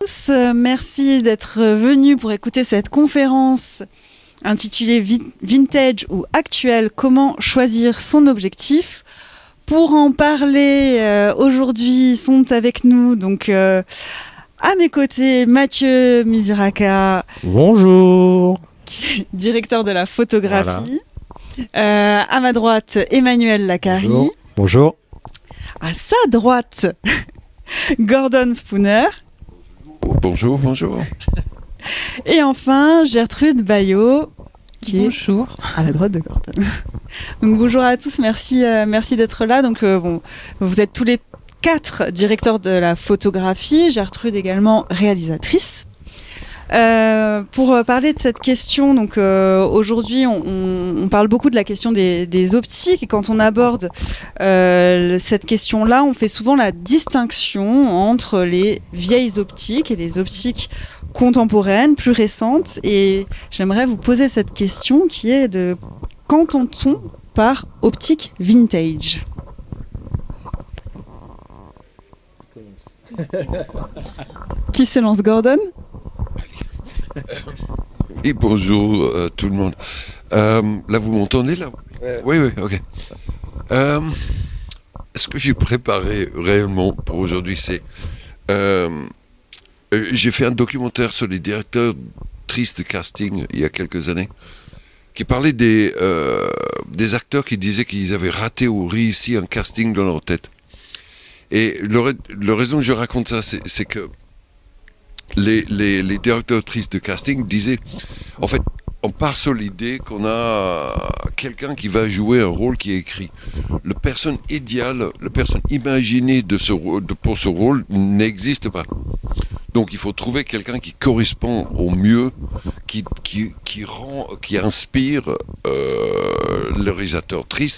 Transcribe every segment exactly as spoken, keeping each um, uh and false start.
tous, euh, merci d'être venus pour écouter cette conférence intitulée Vi- Vintage ou Actuel, comment choisir son objectif. Pour en parler, euh, aujourd'hui sont avec nous donc euh, à mes côtés Mathieu Misiraka. Bonjour. Qui est directeur de la photographie. Voilà. Euh, à ma droite, Emmanuel Lacari. Bonjour. Bonjour. À sa droite, Gordon Spooner. Bonjour, bonjour. Et enfin, Gertrude Bayot, qui bonjour. est à la droite de Gordon. Donc bonjour à tous, merci, euh, merci d'être là. Donc euh, bon, vous êtes tous les quatre directeurs de la photographie, Gertrude également réalisatrice. Euh, pour parler de cette question, donc euh, aujourd'hui on, on, on parle beaucoup de la question des, des optiques, et quand on aborde euh, cette question-là, on fait souvent la distinction entre les vieilles optiques et les optiques contemporaines, plus récentes. Et j'aimerais vous poser cette question qui est de qu'entend-on par optique vintage ? Qui se lance, Gordon ? Et bonjour euh, tout le monde. Euh, là, vous m'entendez là ? Ouais. Oui, oui, ok. Euh, ce que j'ai préparé réellement pour aujourd'hui, c'est... Euh, euh, j'ai fait un documentaire sur les directeurs tristes de casting il y a quelques années, qui parlait des, euh, des acteurs qui disaient qu'ils avaient raté ou réussi un casting dans leur tête. Et le, le raison que je raconte ça, c'est, c'est que Les, les, les directeurs tristes de casting disaient, en fait, on part sur l'idée qu'on a quelqu'un qui va jouer un rôle qui est écrit. La personne idéale, la personne imaginée de ce, de, pour ce rôle n'existe pas. Donc il faut trouver quelqu'un qui correspond au mieux, qui, qui, qui, rend, qui inspire euh, le réalisateur triste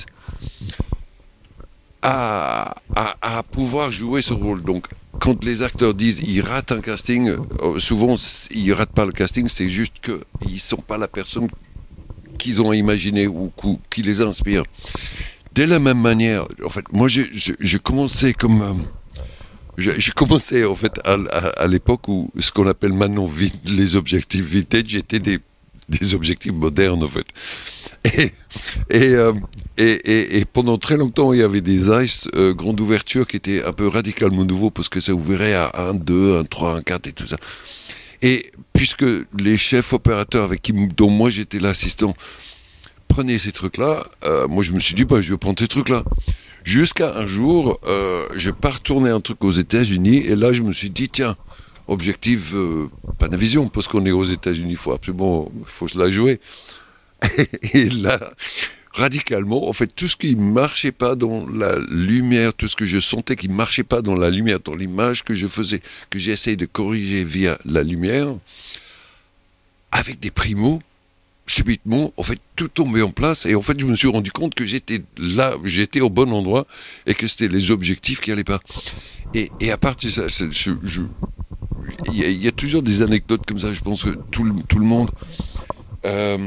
à, à, à pouvoir jouer ce rôle. Donc, quand les acteurs disent qu'ils ratent un casting, euh, souvent ils ratent pas le casting, c'est juste qu'ils ne sont pas la personne qu'ils ont imaginé ou qui les inspire. De la même manière, en fait, moi j'ai, j'ai, j'ai commencé comme... Euh, j'ai, j'ai commencé en fait à, à, à l'époque où ce qu'on appelle maintenant vi- les objectifs vintage étaient des, des objectifs modernes en fait. Et, et, euh, et, et, et pendant très longtemps, il y avait des Zeiss euh, grande ouverture qui étaient un peu radicalement nouveaux parce que ça ouvrait à un, deux, un, trois, un, quatre et tout ça. Et puisque les chefs opérateurs avec qui, dont moi j'étais l'assistant prenaient ces trucs-là, euh, moi je me suis dit, bah, je vais prendre ces trucs-là. Jusqu'à un jour, euh, je pars tourner un truc aux États-Unis et là je me suis dit, tiens, objectif euh, Panavision, parce qu'on est aux États-Unis, il faut absolument, faut se la jouer. Et là, radicalement, en fait, tout ce qui ne marchait pas dans la lumière, tout ce que je sentais qui ne marchait pas dans la lumière, dans l'image que je faisais, que j'essayais de corriger via la lumière, avec des primos, subitement, en fait, tout tombait en place. Et en fait, je me suis rendu compte que j'étais là, j'étais au bon endroit, et que c'était les objectifs qui n'allaient pas. Et, et à partir de ça, je, je, il, y a, il y a toujours des anecdotes comme ça, je pense que tout le, tout le monde... Euh,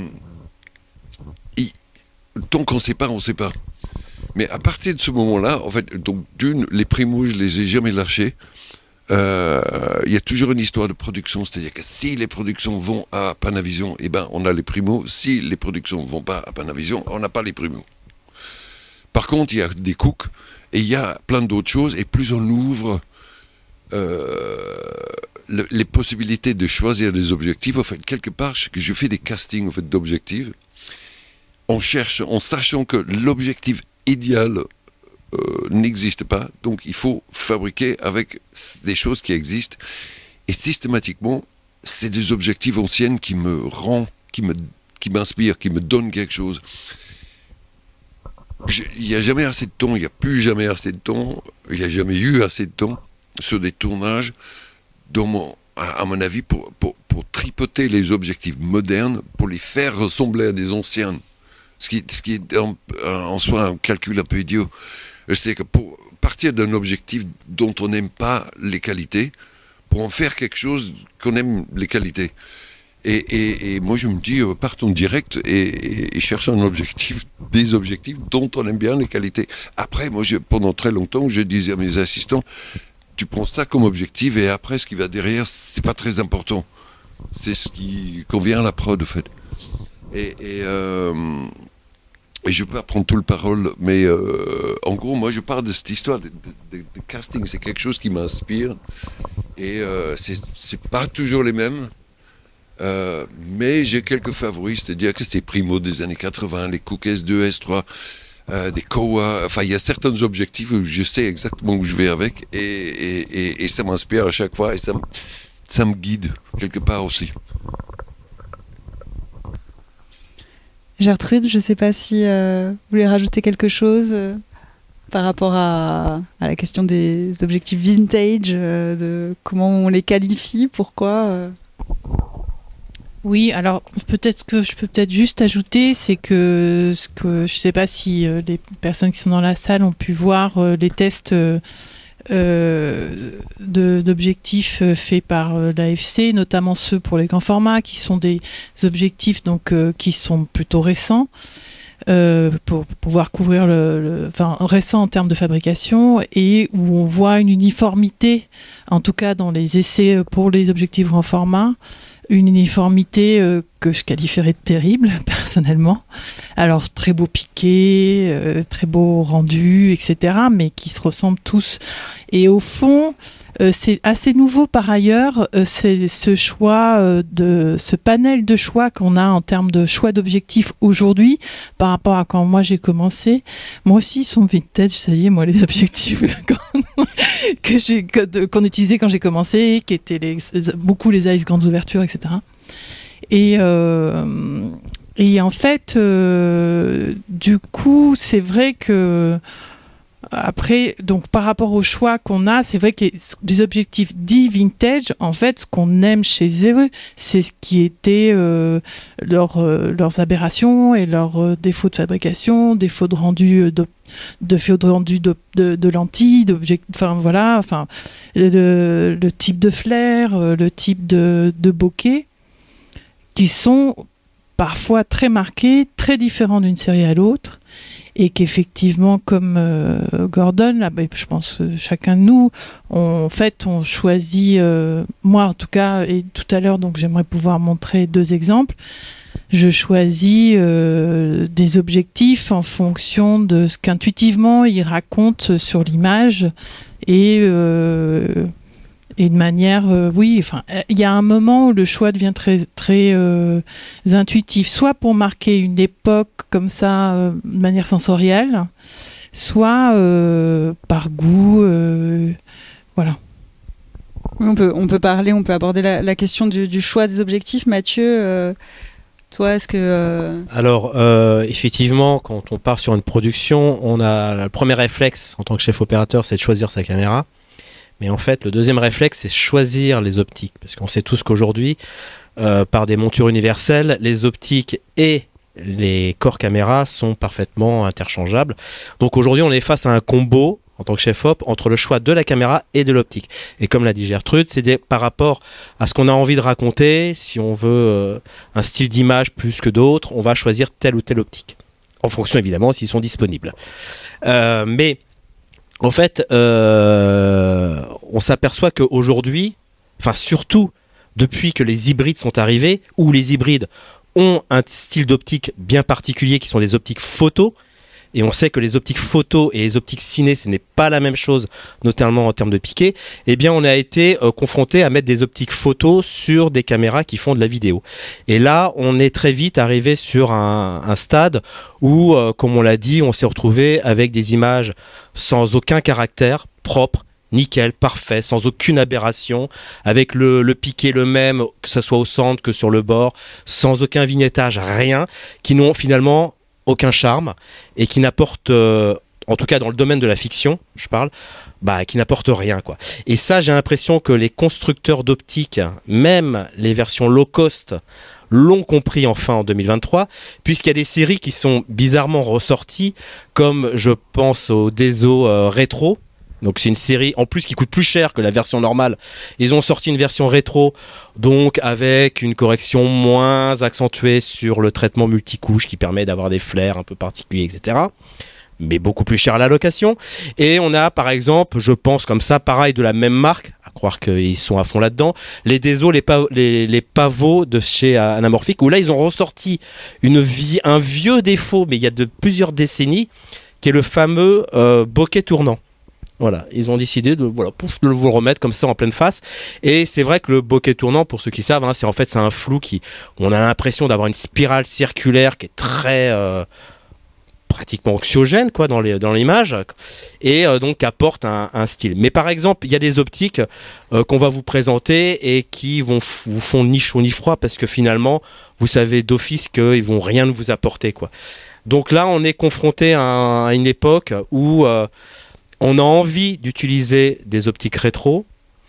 Tant qu'on ne sait pas, on ne sait pas. Mais à partir de ce moment-là, en fait, donc d'une, les primos, je ne les ai jamais lâchés. Euh, il y a toujours une histoire de production, c'est-à-dire que si les productions vont à Panavision, eh ben, on a les primos. Si les productions ne vont pas à Panavision, on n'a pas les primos. Par contre, il y a des cooks et il y a plein d'autres choses. Et plus on ouvre euh, le, les possibilités de choisir des objectifs, en fait, quelque part, que je fais des castings en fait, d'objectifs. On cherche, en sachant que l'objectif idéal euh, n'existe pas, donc il faut fabriquer avec des choses qui existent. Et systématiquement, c'est des objectifs anciens qui me rendent, qui me, qui m'inspirent, qui me donnent quelque chose. Il n'y a jamais assez de temps, il n'y a plus jamais assez de temps, il n'y a jamais eu assez de temps sur des tournages, dans mon, à, à mon avis, pour, pour, pour tripoter les objectifs modernes, pour les faire ressembler à des anciens. Ce qui, ce qui est en, en soi un calcul un peu idiot. C'est que pour partir d'un objectif dont on n'aime pas les qualités, pour en faire quelque chose qu'on aime les qualités. Et, et, et moi je me dis, euh, partons direct et, et, et cherchons un objectif, des objectifs dont on aime bien les qualités. Après, moi je, pendant très longtemps, je disais à mes assistants, tu prends ça comme objectif et après ce qui va derrière, c'est pas très important. C'est ce qui convient à la prod, en fait. Et, et, euh, et je peux pas prendre tout le parole, mais euh, en gros, moi, je parle de cette histoire de, de, de, de casting. C'est quelque chose qui m'inspire. Et euh, c'est, c'est pas toujours les mêmes. Euh, mais j'ai quelques favoris, c'est-à-dire que c'était Primo des années quatre-vingts, les Cook S deux, S trois, euh, des Kowa. Enfin, il y a certains objectifs où je sais exactement où je vais avec. Et, et, et, et ça m'inspire à chaque fois. Et ça, ça me guide quelque part aussi. Gertrude, je ne sais pas si euh, vous voulez rajouter quelque chose euh, par rapport à, à la question des objectifs vintage, euh, de comment on les qualifie, pourquoi euh... Oui, alors peut-être que je peux peut-être juste ajouter, c'est que ce que je ne sais pas si euh, les personnes qui sont dans la salle ont pu voir euh, les tests euh, euh, de, d'objectifs euh, faits par euh, l'A F C, notamment ceux pour les grands formats, qui sont des objectifs donc euh, qui sont plutôt récents. Euh, pour pouvoir couvrir le, le enfin, récent en termes de fabrication, et où on voit une uniformité, en tout cas dans les essais pour les objectifs grand format, une uniformité euh, que je qualifierais de terrible personnellement. Alors très beau piqué, euh, très beau rendu, et cetera, mais qui se ressemblent tous. Et au fond, euh, c'est assez nouveau par ailleurs, euh, c'est ce choix, euh, de, ce panel de choix qu'on a en termes de choix d'objectifs aujourd'hui par rapport à quand moi j'ai commencé. Moi aussi, ils sont vintage, ça y est, moi les objectifs que j'ai, que, qu'on utilisait quand j'ai commencé, qui étaient les, beaucoup les eyes grandes ouvertures, et cetera. Et, euh, et en fait, euh, du coup, c'est vrai que après, donc par rapport au choix qu'on a, c'est vrai que les objectifs dits vintage, en fait, ce qu'on aime chez eux, c'est ce qui était euh, leur, euh, leurs aberrations et leurs euh, défauts de fabrication, défauts de rendu de, de, de, rendu de, de, de lentilles, enfin voilà, enfin le, le type de flair, le type de, de bokeh, qui sont parfois très marqués, très différents d'une série à l'autre. Et qu'effectivement, comme euh, Gordon, là, bah, je pense que chacun de nous, on, en fait, on choisit, euh, moi en tout cas, et tout à l'heure, donc j'aimerais pouvoir montrer deux exemples. Je choisis euh, des objectifs en fonction de ce qu'intuitivement ils racontent sur l'image et euh, et de manière, euh, oui, enfin, il y a un moment où le choix devient très, très euh, intuitif, soit pour marquer une époque comme ça, euh, de manière sensorielle, soit euh, par goût, euh, voilà. Oui, on peut, on peut parler, on peut aborder la, la question du, du choix des objectifs. Mathieu, euh, toi, est-ce que... Euh... Alors, euh, effectivement, quand on part sur une production, on a le premier réflexe en tant que chef opérateur, c'est de choisir sa caméra. Mais en fait, le deuxième réflexe, c'est choisir les optiques. Parce qu'on sait tous qu'aujourd'hui, euh, par des montures universelles, les optiques et les corps caméra sont parfaitement interchangeables. Donc aujourd'hui, on est face à un combo, en tant que chef op, entre le choix de la caméra et de l'optique. Et comme l'a dit Gertrude, c'est des, par rapport à ce qu'on a envie de raconter. Si on veut euh, un style d'image plus que d'autres, on va choisir telle ou telle optique. En fonction, évidemment, s'ils sont disponibles. Euh, mais... En fait, euh, on s'aperçoit qu'aujourd'hui, enfin surtout depuis que les hybrides sont arrivés, où les hybrides ont un style d'optique bien particulier qui sont des optiques photo, et on sait que les optiques photo et les optiques ciné, ce n'est pas la même chose, notamment en termes de piqué, eh bien on a été euh, confronté à mettre des optiques photo sur des caméras qui font de la vidéo. Et là, on est très vite arrivé sur un, un stade où, euh, comme on l'a dit, on s'est retrouvé avec des images sans aucun caractère, propre, nickel, parfait, sans aucune aberration, avec le, le piqué le même, que ce soit au centre que sur le bord, sans aucun vignettage, rien, qui n'ont finalement aucun charme et qui n'apportent, euh, en tout cas dans le domaine de la fiction, je parle, bah, qui n'apportent rien, quoi. Et ça, j'ai l'impression que les constructeurs d'optiques, même les versions low cost, l'ont compris enfin en deux mille vingt-trois, puisqu'il y a des séries qui sont bizarrement ressorties, comme je pense au Deso euh, rétro. Donc c'est une série en plus qui coûte plus cher que la version normale. Ils ont sorti une version rétro, donc avec une correction moins accentuée sur le traitement multicouche qui permet d'avoir des flares un peu particuliers, et cetera. mais beaucoup plus cher à la location. Et on a par exemple, je pense comme ça, pareil de la même marque, à croire qu'ils sont à fond là-dedans, les Deso, les, pa- les, les pavots de chez Anamorphic, où là ils ont ressorti une vie, un vieux défaut, mais il y a de plusieurs décennies, qui est le fameux euh, bokeh tournant. Voilà, ils ont décidé de, voilà, pouf, de vous le remettre comme ça en pleine face. Et c'est vrai que le bokeh tournant, pour ceux qui savent, hein, c'est en fait c'est un flou qui, on a l'impression d'avoir une spirale circulaire qui est très euh, pratiquement anxiogène quoi dans les dans l'image et euh, donc apporte un, un style. Mais par exemple, il y a des optiques euh, qu'on va vous présenter et qui vont f- vous font ni chaud ni froid parce que finalement, vous savez d'office qu'ils vont rien vous apporter quoi. Donc là, on est confronté à, un, à une époque où euh, on a envie d'utiliser des optiques rétro,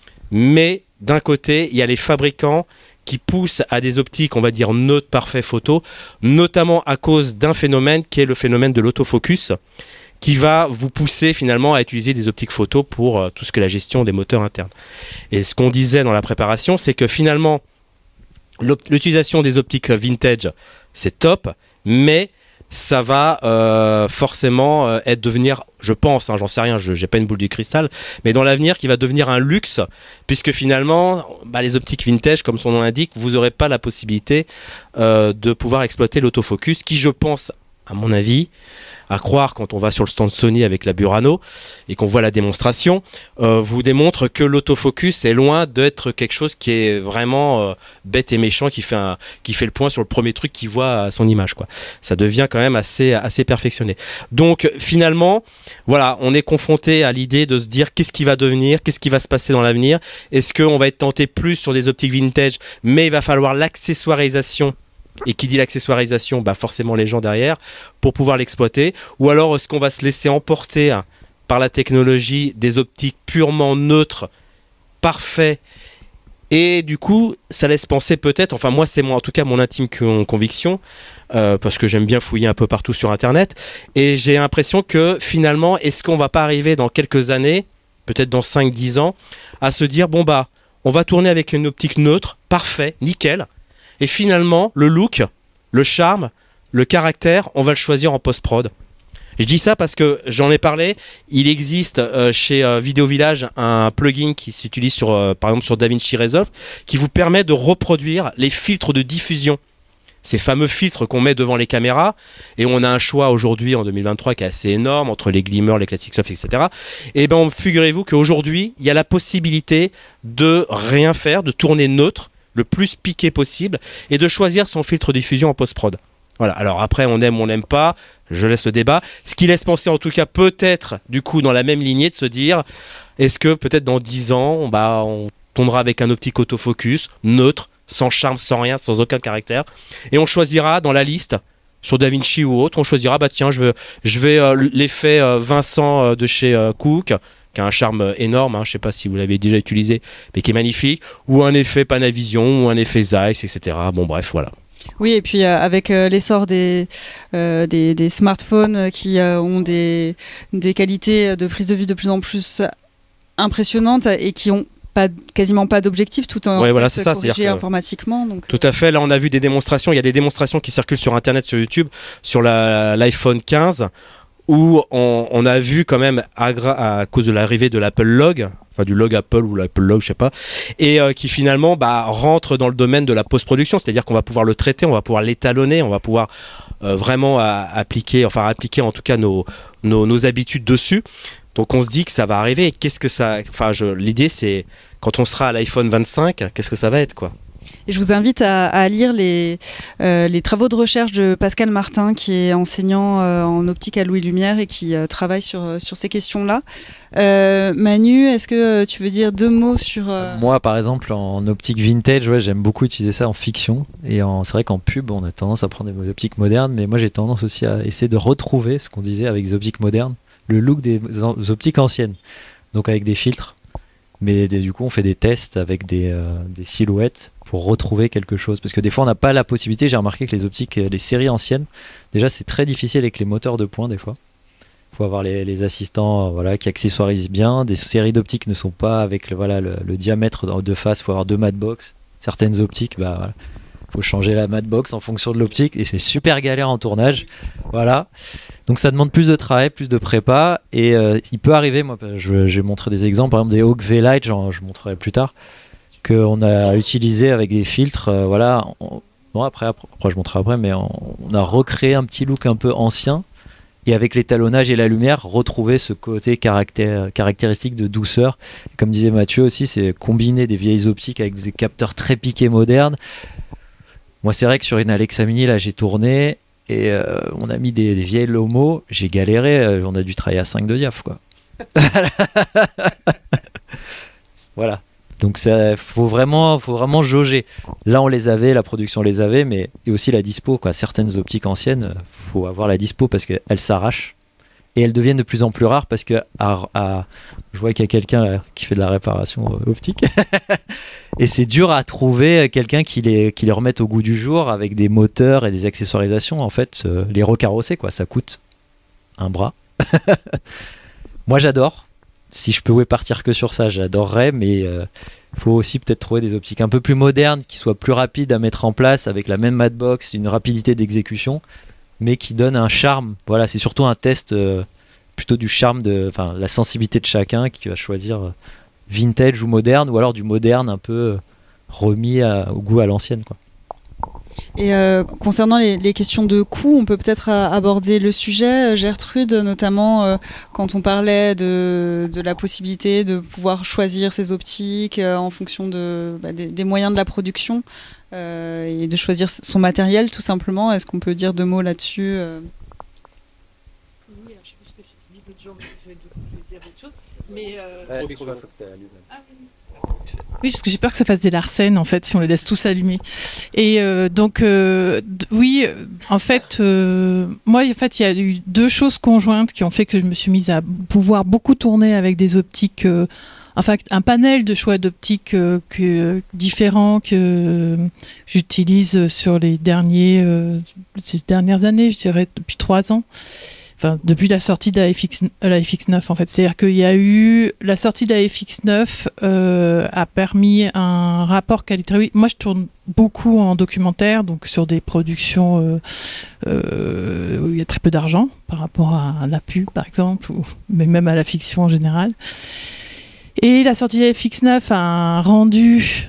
mais d'un côté, il y a les fabricants qui poussent à des optiques, on va dire, neutres, parfait photo, notamment à cause d'un phénomène qui est le phénomène de l'autofocus, qui va vous pousser finalement à utiliser des optiques photo pour euh, tout ce que est la gestion des moteurs internes. Et ce qu'on disait dans la préparation, c'est que finalement, l'utilisation des optiques vintage, c'est top, mais ça va euh, forcément euh, être devenir, je pense, hein, j'en sais rien, je n'ai pas une boule de cristal, mais dans l'avenir qui va devenir un luxe, puisque finalement, bah, les optiques vintage, comme son nom l'indique, vous n'aurez pas la possibilité euh, de pouvoir exploiter l'autofocus, qui je pense, à mon avis, à croire quand on va sur le stand Sony avec la Burano et qu'on voit la démonstration, euh, vous démontre que l'autofocus est loin d'être quelque chose qui est vraiment euh, bête et méchant, qui fait, un, qui fait le point sur le premier truc qu'il voit à son image, quoi. Ça devient quand même assez, assez perfectionné. Donc finalement, voilà, on est confronté à l'idée de se dire qu'est-ce qui va devenir, qu'est-ce qui va se passer dans l'avenir. Est-ce qu'on va être tenté plus sur des optiques vintage, mais il va falloir l'accessoirisation. Et qui dit l'accessoirisation, bah forcément les gens derrière, pour pouvoir l'exploiter. Ou alors est-ce qu'on va se laisser emporter hein, par la technologie des optiques purement neutres, parfaits. Et du coup, ça laisse penser peut-être, enfin moi c'est moi, en tout cas mon intime conviction, euh, parce que j'aime bien fouiller un peu partout sur Internet, et j'ai l'impression que finalement, est-ce qu'on va pas arriver dans quelques années, peut-être dans cinq dix ans, à se dire, bon bah, on va tourner avec une optique neutre, parfait, nickel. Et finalement, le look, le charme, le caractère, on va le choisir en post-prod. Je dis ça parce que j'en ai parlé. Il existe euh, chez euh, Vidéo Village un plugin qui s'utilise sur, euh, par exemple sur DaVinci Resolve, qui vous permet de reproduire les filtres de diffusion. Ces fameux filtres qu'on met devant les caméras. Et on a un choix aujourd'hui, en deux mille vingt-trois, qui est assez énorme, entre les glimmers, les classic soft, et cetera. Et bien, figurez-vous qu'aujourd'hui, il y a la possibilité de rien faire, de tourner neutre, le plus piqué possible et de choisir son filtre diffusion en post-prod. Voilà. Alors après, on aime, on n'aime pas, je laisse le débat. Ce qui laisse penser en tout cas peut-être du coup dans la même lignée de se dire est-ce que peut-être dans dix ans, bah, on tournera avec un optique autofocus, neutre, sans charme, sans rien, sans aucun caractère et on choisira dans la liste sur DaVinci ou autre, on choisira bah tiens, je veux, je vais euh, l'effet euh, Vincent euh, de chez euh, Cooke, qui a un charme énorme, hein, je ne sais pas si vous l'avez déjà utilisé, mais qui est magnifique, ou un effet Panavision, ou un effet Zeiss, et cetera. Bon, bref, voilà. Oui, et puis euh, avec euh, l'essor des, euh, des, des smartphones qui euh, ont des, des qualités de prise de vue de plus en plus impressionnantes et qui ont pas, quasiment pas d'objectif, tout en, ouais, en voilà, fait, c'est ça, corrigé que, informatiquement. Donc... Tout à fait, là on a vu des démonstrations, il y a des démonstrations qui circulent sur Internet, sur YouTube, sur la, l'iPhone quinze, où on, on a vu quand même, à, à cause de l'arrivée de l'Apple Log, enfin du log Apple ou l'Apple Log, je sais pas, et euh, qui finalement bah, rentre dans le domaine de la post-production, c'est-à-dire qu'on va pouvoir le traiter, on va pouvoir l'étalonner, on va pouvoir euh, vraiment à, appliquer, enfin appliquer en tout cas nos, nos, nos habitudes dessus. Donc on se dit que ça va arriver, et qu'est-ce que ça... Enfin, je, l'idée c'est, quand on sera à l'iPhone vingt-cinq, qu'est-ce que ça va être, quoi. Et je vous invite à, à lire les, euh, les travaux de recherche de Pascal Martin, qui est enseignant euh, en optique à Louis Lumière et qui euh, travaille sur, sur ces questions-là. Euh, Manu, est-ce que tu veux dire deux mots sur... Euh... Moi, par exemple, en optique vintage, ouais, j'aime beaucoup utiliser ça en fiction. Et en, c'est vrai qu'en pub, on a tendance à prendre des optiques modernes, mais moi, j'ai tendance aussi à essayer de retrouver ce qu'on disait avec les optiques modernes, le look des optiques anciennes, donc avec des filtres. Mais du coup, on fait des tests avec des, euh, des silhouettes pour retrouver quelque chose. Parce que des fois, on n'a pas la possibilité. J'ai remarqué que les optiques, les séries anciennes, déjà, c'est très difficile avec les moteurs de pointe, des fois. Il faut avoir les, les assistants voilà, qui accessoirisent bien. Des séries d'optiques ne sont pas avec le, voilà, le, le diamètre de face. Il faut avoir deux matbox. Certaines optiques, bah, voilà. faut changer la matbox en fonction de l'optique et c'est super galère en tournage. Voilà. Donc ça demande plus de travail, plus de prépa et euh, il peut arriver, moi je, je vais montrer des exemples, par exemple des Hawk V-Light, genre, je montrerai plus tard, qu'on a utilisé avec des filtres, euh, voilà. On, bon après, après, après je montrerai après, mais on, on a recréé un petit look un peu ancien et avec l'étalonnage et la lumière, retrouver ce côté caractère, caractéristique de douceur. Et comme disait Mathieu aussi, c'est combiner des vieilles optiques avec des capteurs très piqués modernes. Moi c'est vrai que sur une Alexa Mini, là j'ai tourné et euh, on a mis des, des vieilles Lomo, j'ai galéré, euh, on a dû travailler à cinq de diaph quoi. Voilà. Donc il faut vraiment, faut vraiment jauger. Là on les avait, la production les avait, mais et aussi la dispo quoi. Certaines optiques anciennes, faut avoir la dispo parce qu'elles s'arrachent et elles deviennent de plus en plus rares parce que à, à, je vois qu'il y a quelqu'un là, qui fait de la réparation optique et c'est dur à trouver quelqu'un qui les, qui les remette au goût du jour avec des moteurs et des accessoirisations. En fait, euh, les recarrosser quoi, ça coûte un bras. Moi j'adore. Si je pouvais partir que sur ça, j'adorerais, mais il euh, faut aussi peut-être trouver des optiques un peu plus modernes, qui soient plus rapides à mettre en place, avec la même matbox, une rapidité d'exécution, mais qui donnent un charme. Voilà, c'est surtout un test euh, plutôt du charme, de, enfin la sensibilité de chacun qui va choisir euh, vintage ou moderne, ou alors du moderne un peu euh, remis à, au goût à l'ancienne, quoi. Et euh, concernant les, les questions de coût, on peut peut-être euh, aborder le sujet, Gertrude, notamment euh, quand on parlait de, de la possibilité de pouvoir choisir ses optiques euh, en fonction de, bah, des, des moyens de la production euh, et de choisir son matériel tout simplement. Est-ce qu'on peut dire deux mots là-dessus euh... Oui, je sais plus ce que je dis l'autre jour, mais je vais, je vais dire autre chose. Mais euh... Ouais, oui, parce que j'ai peur que ça fasse des larcènes, en fait, si on les laisse tous allumer. Et euh, donc, euh, d- oui, en fait, euh, moi, en fait, il y a eu deux choses conjointes qui ont fait que je me suis mise à pouvoir beaucoup tourner avec des optiques, euh, enfin, un panel de choix d'optiques euh, que, différents que j'utilise sur les derniers, euh, ces dernières années, je dirais, depuis trois ans. Enfin, depuis la sortie de la F X, la F X neuf en fait. C'est-à-dire qu'il y a eu la sortie de la F X neuf euh, a permis un rapport qualité. Moi, je tourne beaucoup en documentaire, donc sur des productions euh, euh, où il y a très peu d'argent par rapport à la pub, par exemple, ou mais même à la fiction en général. Et la sortie de la F X neuf a un rendu,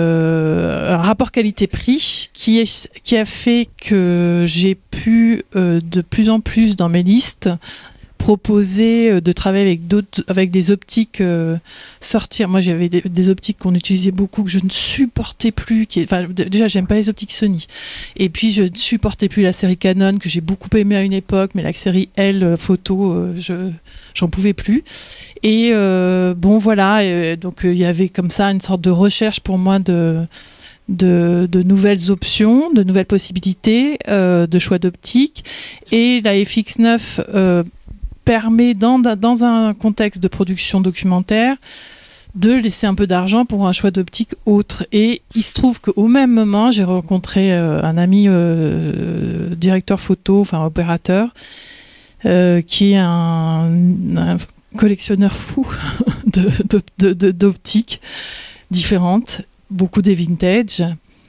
euh, un rapport qualité-prix qui, est, qui a fait que j'ai pu euh, de plus en plus dans mes listes proposer euh, de travailler avec, d'autres, avec des optiques euh, sortir. Moi j'avais des, des optiques qu'on utilisait beaucoup que je ne supportais plus. Qui, enfin, déjà j'aime pas les optiques Sony. Et puis je ne supportais plus la série Canon que j'ai beaucoup aimée à une époque, mais la série L photo, euh, je, j'en pouvais plus. Et euh, bon voilà, et donc il euh, y avait comme ça une sorte de recherche pour moi de, de, de nouvelles options, de nouvelles possibilités, euh, de choix d'optique. Et la F X neuf euh, permet dans, dans un contexte de production documentaire de laisser un peu d'argent pour un choix d'optique autre. Et il se trouve qu'au même moment, j'ai rencontré euh, un ami euh, directeur photo, enfin opérateur, euh, qui est un, un collectionneur fou de, de, de, de, d'optiques différentes, beaucoup des vintage,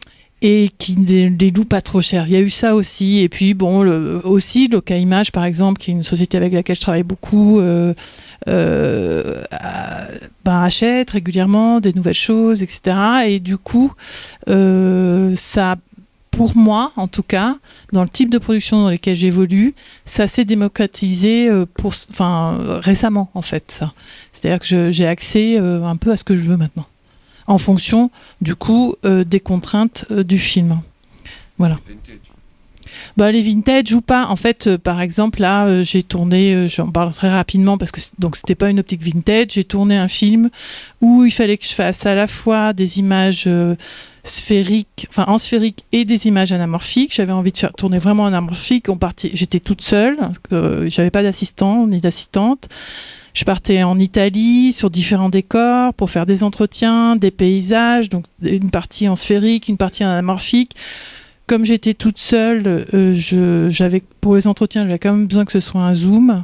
et qui les, les loue pas trop cher. Il y a eu ça aussi. Et puis, bon, le, aussi, Loca Image, par exemple, qui est une société avec laquelle je travaille beaucoup, euh, euh, ben, achète régulièrement des nouvelles choses, et cetera. Et du coup, euh, ça, pour moi, en tout cas, dans le type de production dans lequel j'évolue, ça s'est démocratisé euh, pour, enfin, récemment, en fait, ça. C'est-à-dire que je, j'ai accès euh, un peu à ce que je veux maintenant, en fonction, du coup, euh, des contraintes euh, du film. Voilà. Bah, les vintage ou pas. En fait, euh, par exemple, là, euh, j'ai tourné, euh, j'en parle très rapidement parce que c- donc c'était pas une optique vintage. J'ai tourné un film où il fallait que je fasse à la fois des images euh, sphériques, enfin en sphérique et des images anamorphiques. J'avais envie de faire tourner vraiment anamorphique. On partait, j'étais toute seule, euh, j'avais pas d'assistant ni d'assistante. Je partais en Italie sur différents décors pour faire des entretiens, des paysages, donc une partie en sphérique, une partie en anamorphique. Comme j'étais toute seule, euh, je, j'avais, pour les entretiens, j'avais quand même besoin que ce soit un zoom.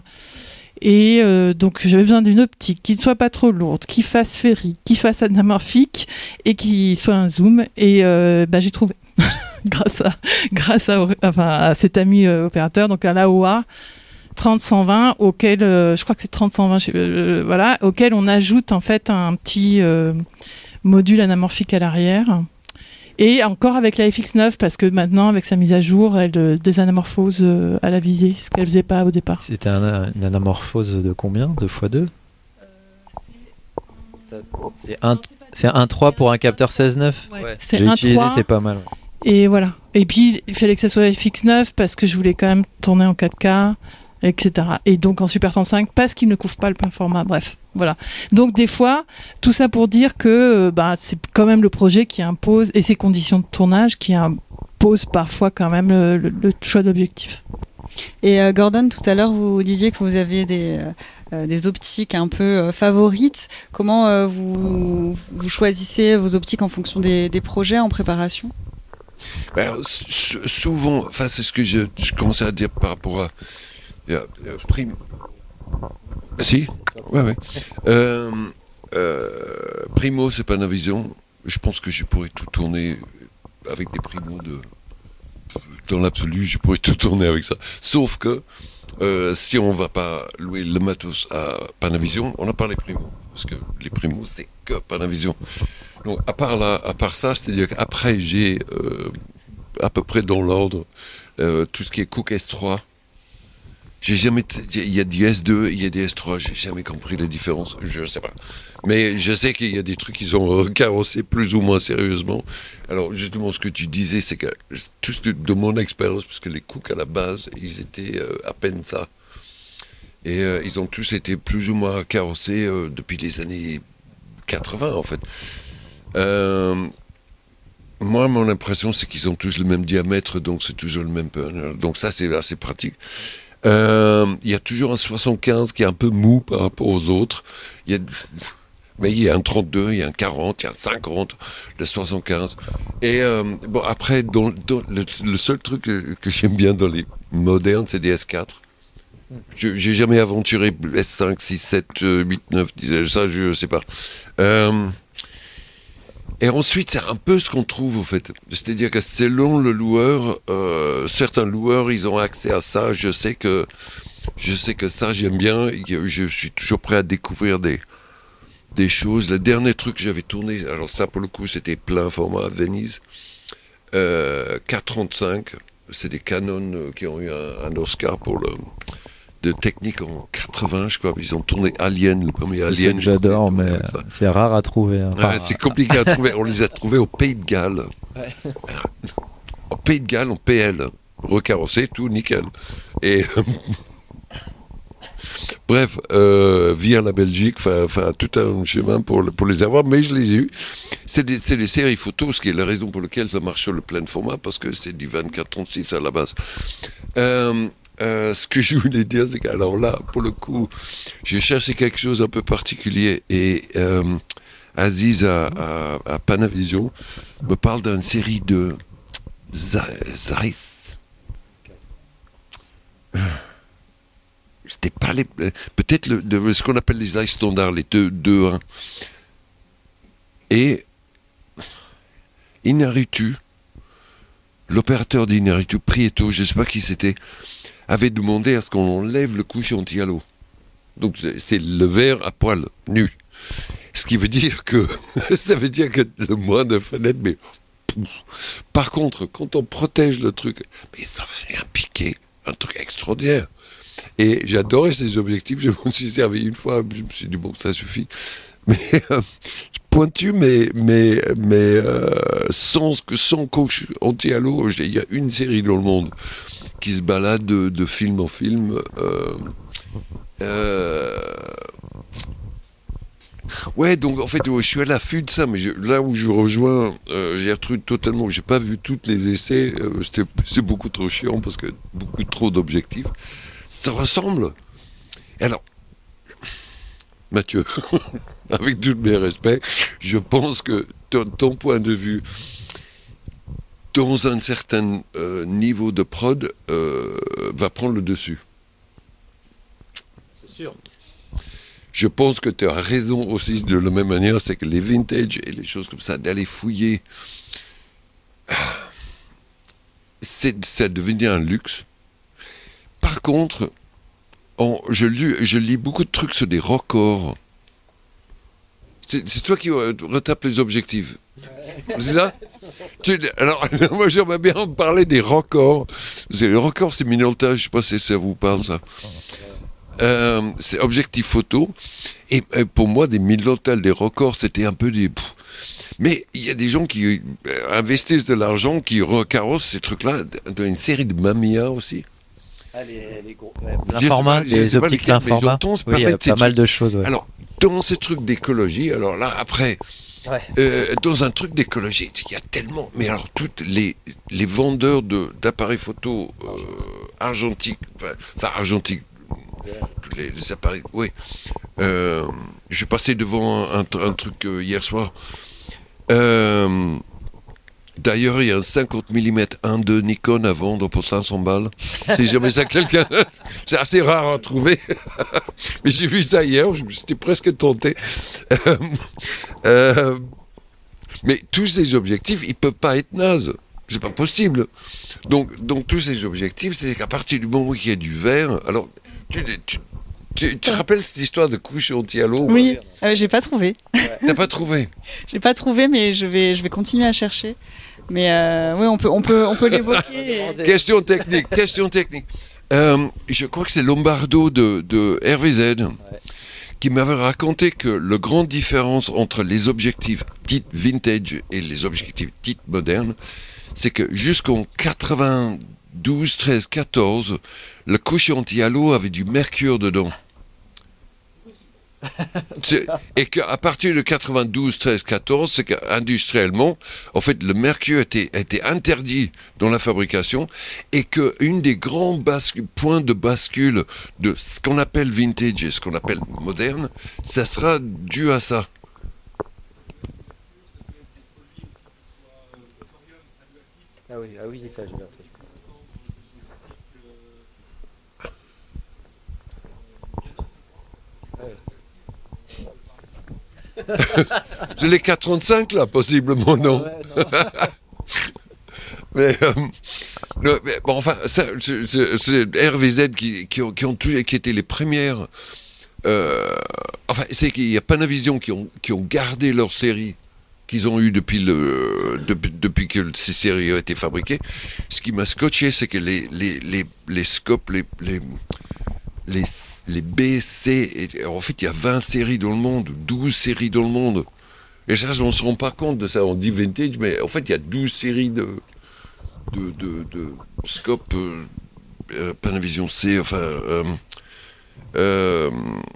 Et euh, donc j'avais besoin d'une optique qui ne soit pas trop lourde, qui fasse sphérique, qui fasse anamorphique et qui soit un zoom. Et euh, bah, j'ai trouvé. grâce à, grâce à, enfin, à cet ami euh, opérateur, donc à l'A O A trente cent vingt, auquel, euh, je crois que c'est trente cent vingt, je sais, euh, voilà, auquel on ajoute en fait un petit euh, module anamorphique à l'arrière. Et encore avec la F X neuf, parce que maintenant, avec sa mise à jour, elle euh, désanamorphose euh, à la visée, ce qu'elle faisait pas au départ. C'était un, une anamorphose de combien? deux fois deux? C'est un, c'est un un virgule trois pour un capteur seize neuf. Ouais, Ouais. c'est J'ai un utilisé, trois. c'est pas mal. Et voilà. Et puis, il fallait que ça soit F X neuf parce que je voulais quand même tourner en quatre K, et cetera. Et donc en Super trente-cinq parce qu'il ne couvre pas le plein format. Bref, voilà. Donc des fois, tout ça pour dire que euh, bah, c'est quand même le projet qui impose, et ses conditions de tournage qui imposent parfois quand même le, le, le choix d'objectif. Et euh, Gordon, tout à l'heure, vous disiez que vous aviez des, euh, des optiques un peu euh, favorites. Comment euh, vous, vous choisissez vos optiques en fonction des, des projets en préparation? Ben, s- souvent, enfin, c'est ce que je, je commençais à dire par rapport à euh, euh, Prime. Si, ouais, ouais. Euh, euh, Primo, c'est Panavision. Je pense que je pourrais tout tourner avec des Primo de. Dans l'absolu, je pourrais tout tourner avec ça. Sauf que euh, si on ne va pas louer le matos à Panavision, on n'a pas les Primo. Parce que les Primo, c'est que Panavision. Donc, à part, là, à part ça, c'est-à-dire qu'après, j'ai euh, à peu près dans l'ordre euh, tout ce qui est Cooke S trois. J'ai jamais. t- Il y a du S deux, il y a des S trois, j'ai jamais compris les différences, je ne sais pas. Mais je sais qu'il y a des trucs qui sont euh, carrossés plus ou moins sérieusement. Alors, justement, ce que tu disais, c'est que tout de, de mon expérience, parce que les Cooke à la base, ils étaient euh, à peine ça. Et euh, ils ont tous été plus ou moins carrossés euh, depuis les années quatre-vingts, en fait. Euh, moi, mon impression, c'est qu'ils ont tous le même diamètre, donc c'est toujours le même burner. Donc ça, c'est assez pratique. Euh, Il y a toujours un soixante-quinze qui est un peu mou par rapport aux autres. Il y a, mais il y a un trente-deux, il y a un quarante, il y a un cinquante, le soixante-quinze. Et euh, bon, après, dans, dans le, le seul truc que, que j'aime bien dans les modernes, c'est des S quatre. Je j'ai jamais aventuré S cinq, six, sept, huit, neuf, dix, ça je sais pas. Euh, et ensuite, c'est un peu ce qu'on trouve, au fait. C'est-à-dire que selon le loueur, euh, certains loueurs, ils ont accès à ça. Je sais que, je sais que ça, j'aime bien. Je suis toujours prêt à découvrir des, des choses. Le dernier truc que j'avais tourné, alors ça, pour le coup, c'était plein format à Venise. Euh, K trente-cinq, c'est des Canon qui ont eu un, un Oscar pour le... de technique en quatre-vingts, je crois. Ils ont tourné Alien, le premier C'est Alien. ce que j'adore, Ils ont tourné mais avec ça. c'est rare à trouver. hein. Enfin, Ouais, c'est compliqué à trouver. On les a trouvés au Pays de Galles. Au Pays de Galles, en P L. Recarrossé, tout nickel. Et bref, euh, via la Belgique, enfin tout un chemin pour, le- pour les avoir, mais je les ai eus. C'est des, c'est des séries photos, ce qui est la raison pour laquelle ça marche sur le plein format, parce que c'est du vingt-quatre trente-six à la base. Euh, euh, ce que je voulais dire, c'est que, alors là, pour le coup, j'ai cherché quelque chose un peu particulier, et euh, Aziz à, à, à Panavision me parle d'une série de Zeiss. C'était pas les. Peut-être le, de, ce qu'on appelle les Zeiss standards, les deux un. Et Inaritu, l'opérateur d'Inaritu, Prieto, je ne sais pas qui c'était, avait demandé à ce qu'on enlève le couche anti-halo. Donc c'est, c'est le verre à poil, nu. Ce qui veut dire que. ça veut dire que le moins de fenêtres, mais. Par contre, quand on protège le truc, mais ça va rien piquer. Un truc extraordinaire. Et j'adorais ces objectifs. Je m'en suis servi une fois. Je me suis dit, bon, ça suffit. Mais euh, pointu, mais, mais, mais euh, sans, sans couche anti-halo. Il y a une série dans le monde qui se balade de, de film en film. Euh, euh, Ouais, donc en fait, ouais, je suis à l'affût de ça, mais je, là où je rejoins euh, Gertrude totalement, j'ai pas vu tous les essais, euh, c'était, c'est beaucoup trop chiant parce que beaucoup trop d'objectifs. Ça ressemble. Et alors, Mathieu, avec tous mes respects, je pense que ton, ton point de vue, dans un certain euh, niveau de prod, euh, va prendre le dessus. C'est sûr. Je pense que tu as raison aussi de la même manière, c'est que les vintage et les choses comme ça, d'aller fouiller. c'est, ça devenait un luxe. Par contre, on, je, lis, je lis beaucoup de trucs sur des records. C'est, c'est toi qui retapes les objectifs. C'est ça? tu, Alors, moi, j'aimerais bien en parler des records. C'est, les records, c'est Minolta, je ne sais pas si ça vous parle, ça. Euh, c'est objectif photo. Et, et pour moi, des Minolta, des records, c'était un peu des... Pff. Mais il y a des gens qui investissent de l'argent, qui recarrossent ces trucs-là, dans une série de Mamiya aussi. Ah, les, les gros, ouais, plein format, les optiques plein format. Oui, il y a pas mal de choses. Ouais. Alors, dans ces trucs d'écologie, alors là, après, ouais. euh, dans un truc d'écologie, il y a tellement... Mais alors, tous les, les vendeurs de, d'appareils photo euh, argentiques, enfin, enfin argentiques, tous les, les appareils, oui. Euh, je suis passé devant un, un truc euh, hier soir. Euh, D'ailleurs, il y a un cinquante millimètres un deux Nikon à vendre pour cinq cents balles. Si jamais ça quelqu'un... C'est assez rare à trouver. Mais j'ai vu ça hier, j'étais presque tenté. Euh, euh, mais tous ces objectifs, ils ne peuvent pas être nazes. C'est pas possible. Donc, donc tous ces objectifs, c'est qu'à partir du moment où il y a du verre... Alors, tu... tu Tu, tu te rappelles cette histoire de couche anti-halo? Oui, euh, j'ai pas trouvé. T'as pas trouvé? J'ai pas trouvé, mais je vais, je vais continuer à chercher. Mais euh, oui, on peut, on peut, on peut l'évoquer. Et... Question technique, question technique. Euh, je crois que c'est Lombardo de, de R V Z ouais. qui m'avait raconté que la grande différence entre les objectifs dits vintage et les objectifs dits modernes, c'est que jusqu'en quatre-vingt-douze, treize, quatorze, le couche anti-halo avait du mercure dedans. C'est, et qu'à partir de quatre-vingt-douze, treize, quatorze, c'est qu'industriellement, en fait, le mercure était, était interdit dans la fabrication et qu'une des grands bascu- points de bascule de ce qu'on appelle vintage et ce qu'on appelle moderne, ça sera dû à ça. Ah oui, ah oui, ça, j'ai bien entendu. C'est les quatre trente-cinq là, possiblement, non, ouais, non. mais, euh, le, mais bon, enfin, ça, c'est, c'est, c'est R V Z qui, qui, ont, qui, ont, qui étaient les premières. Euh, enfin, c'est qu'il y a Panavision qui ont, qui ont gardé leur série qu'ils ont eu depuis, le, depuis, depuis que ces séries ont été fabriquées. Ce qui m'a scotché, c'est que les, les, les, les scopes, les, les Les, les B, C, et, en fait il y a vingt séries dans le monde, douze séries dans le monde. Et ça, on ne se rend pas compte de ça, on dit vintage, mais en fait il y a douze séries de, de, de, de scope euh, euh, Panavision C, enfin... Euh, euh,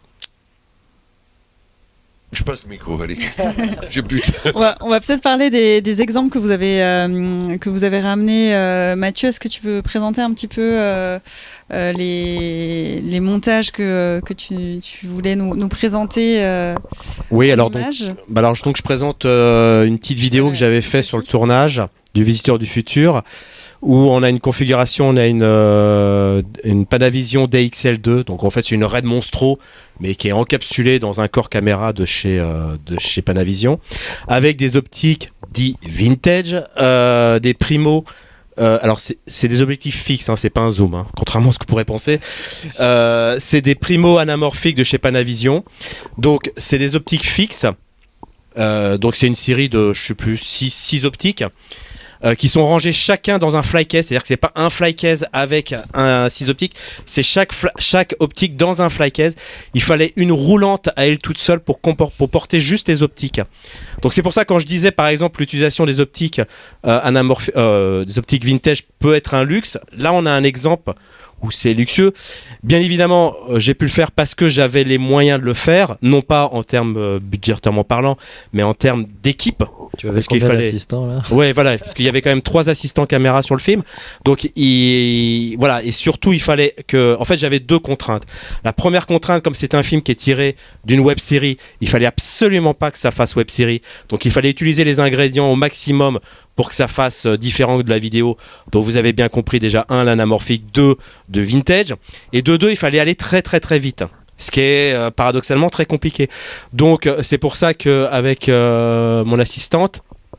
je passe le micro, allez. J'ai plus de... on, va, on va peut-être parler des, des exemples que vous avez, euh, que vous avez ramenés. Euh, Mathieu, est-ce que tu veux présenter un petit peu euh, euh, les, les montages que, que tu, tu voulais nous, nous présenter euh, Oui, alors donc, bah alors donc je présente euh, une petite vidéo euh, que j'avais fait sur le tournage du Visiteur du Futur, où on a une configuration, on a une, euh, une Panavision D X L deux, donc en fait c'est une Red Monstro, mais qui est encapsulée dans un corps caméra de chez, euh, de chez Panavision, avec des optiques dits vintage, euh, des Primo. Euh, alors c'est, c'est des objectifs fixes, hein, c'est pas un zoom, hein, contrairement à ce que vous pourrez penser. Euh, c'est des Primo anamorphiques de chez Panavision, donc c'est des optiques fixes. Euh, donc c'est une série de, je sais plus, six optiques. Euh, qui sont rangés chacun dans un flycase, c'est-à-dire que c'est pas un flycase avec un six optique, c'est chaque, fl- chaque optique dans un flycase. Il fallait une roulante à elle toute seule pour, compor- pour porter juste les optiques. Donc c'est pour ça quand je disais par exemple l'utilisation des optiques euh, anamorph- euh, des optiques vintage peut être un luxe, là on a un exemple où c'est luxueux. Bien évidemment, euh, j'ai pu le faire parce que j'avais les moyens de le faire, non pas en termes euh, budgétairement parlant, mais en termes d'équipe. Tu avais combien fallait... d'assistants là ? Ouais, voilà, parce qu'il y avait quand même trois assistants caméra sur le film. Donc, il... voilà, et surtout, il fallait que. En fait, j'avais deux contraintes. La première contrainte, comme c'est un film qui est tiré d'une web série, il fallait absolument pas que ça fasse web série. Donc, il fallait utiliser les ingrédients au maximum pour que ça fasse différent de la vidéo. Donc, vous avez bien compris déjà, un, l'anamorphique, deux, de vintage. Et de deux, il fallait aller très, très, très vite. Ce qui est euh, paradoxalement très compliqué. Donc euh, c'est pour ça qu'avec euh, mon assistante,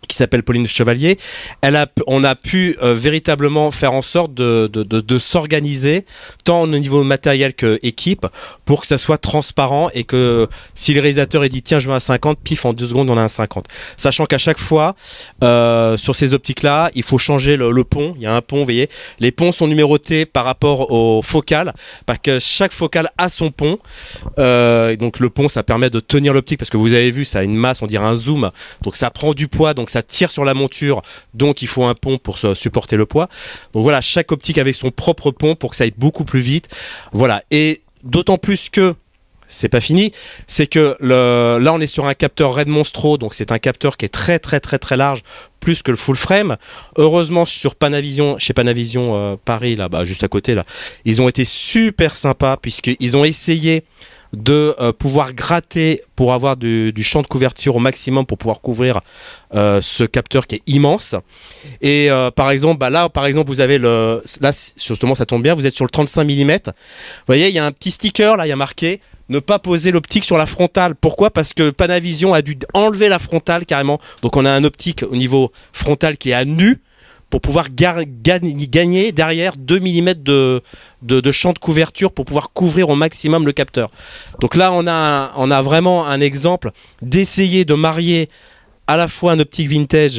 qui s'appelle Pauline Chevalier, elle a, on a pu euh, véritablement faire en sorte de, de, de, de s'organiser, tant au niveau matériel que équipe, pour que ça soit transparent et que si le réalisateur est dit tiens je veux un cinquante, pif en deux secondes on a un cinquante. Sachant qu'à chaque fois, euh, sur ces optiques-là, il faut changer le, le pont, il y a un pont, vous voyez, les ponts sont numérotés par rapport au focal, parce que chaque focal a son pont, euh, et donc le pont ça permet de tenir l'optique, parce que vous avez vu ça a une masse, on dirait un zoom, donc ça prend du poids, donc ça tire sur la monture, donc il faut un pont pour supporter le poids. Donc voilà, chaque optique avec son propre pont pour que ça aille beaucoup plus vite. Voilà, et d'autant plus que c'est pas fini, c'est que le, là on est sur un capteur Red Monstro, donc c'est un capteur qui est très très très très large, plus que le full frame. Heureusement sur Panavision, chez Panavision euh, Paris, là, bah, juste à côté, là, ils ont été super sympas puisqu'ils ont essayé de euh, pouvoir gratter pour avoir du, du champ de couverture au maximum pour pouvoir couvrir euh, ce capteur qui est immense. Et euh, par exemple, bah là, par exemple, vous avez le, là, justement, ça tombe bien, vous êtes sur le trente-cinq millimètres. Vous voyez, il y a un petit sticker là, il y a marqué ne pas poser l'optique sur la frontale. Pourquoi ? Parce que Panavision a dû enlever la frontale carrément. Donc on a un optique au niveau frontal qui est à nu, pour pouvoir ga- ga- gagner derrière deux millimètres de, de, de champ de couverture pour pouvoir couvrir au maximum le capteur. Donc là, on a, un, on a vraiment un exemple d'essayer de marier à la fois un optique vintage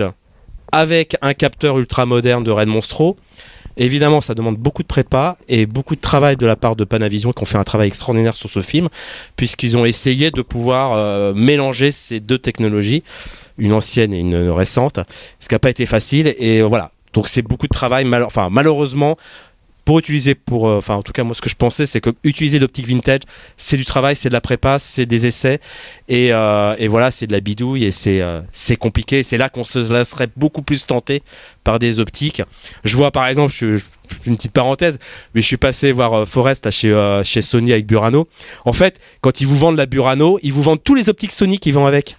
avec un capteur ultra moderne de Red Monstro. Évidemment, ça demande beaucoup de prépa et beaucoup de travail de la part de Panavision, qui ont fait un travail extraordinaire sur ce film, puisqu'ils ont essayé de pouvoir euh, mélanger ces deux technologies, une ancienne et une récente, ce qui n'a pas été facile. Et voilà. Donc c'est beaucoup de travail, mal- enfin, malheureusement, pour utiliser, pour, euh, enfin en tout cas moi ce que je pensais c'est que utiliser l'optique vintage, c'est du travail, c'est de la prépa, c'est des essais, et, euh, et voilà, c'est de la bidouille, et c'est, euh, c'est compliqué, c'est là qu'on se laisserait beaucoup plus tenté par des optiques. Je vois par exemple, je, je, une petite parenthèse, mais je suis passé voir euh, Forest là, chez, euh, chez Sony avec Burano. En fait, quand ils vous vendent la Burano, ils vous vendent tous les optiques Sony qui vont avec.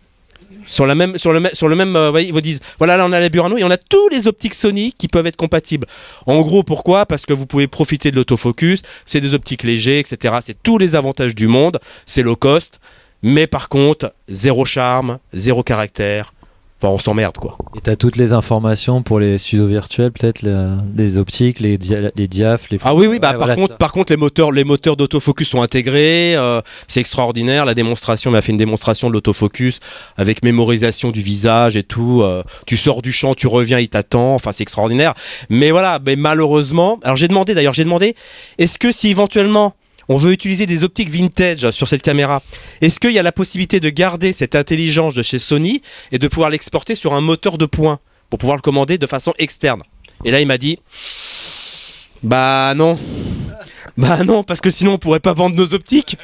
Sur, la même, sur le, sur le même, euh, voyez, ils vous disent, voilà, là on a la Burano et on a tous les optiques Sony qui peuvent être compatibles. En gros, pourquoi ? Parce que vous pouvez profiter de l'autofocus, c'est des optiques légers, et cetera. C'est tous les avantages du monde, c'est low cost, mais par contre, zéro charme, zéro caractère. Enfin, on s'emmerde, quoi. Et tu as toutes les informations pour les studios virtuels, peut-être les, les optiques, les, dia- les diaphes, les... Ah oui, oui, bah, Ouais, par, voilà, contre, ça. par contre, les moteurs, les moteurs d'autofocus sont intégrés, euh, c'est extraordinaire. La démonstration, on a fait une démonstration de l'autofocus avec mémorisation du visage et tout. Euh, tu sors du champ, tu reviens, il t'attend. Enfin, c'est extraordinaire. Mais voilà, mais malheureusement, alors j'ai demandé, d'ailleurs, j'ai demandé, est-ce que si éventuellement on veut utiliser des optiques vintage sur cette caméra, est-ce qu'il y a la possibilité de garder cette intelligence de chez Sony et de pouvoir l'exporter sur un moteur de pointe pour pouvoir le commander de façon externe ? Et là, il m'a dit, bah non, bah non, parce que sinon on pourrait pas vendre nos optiques.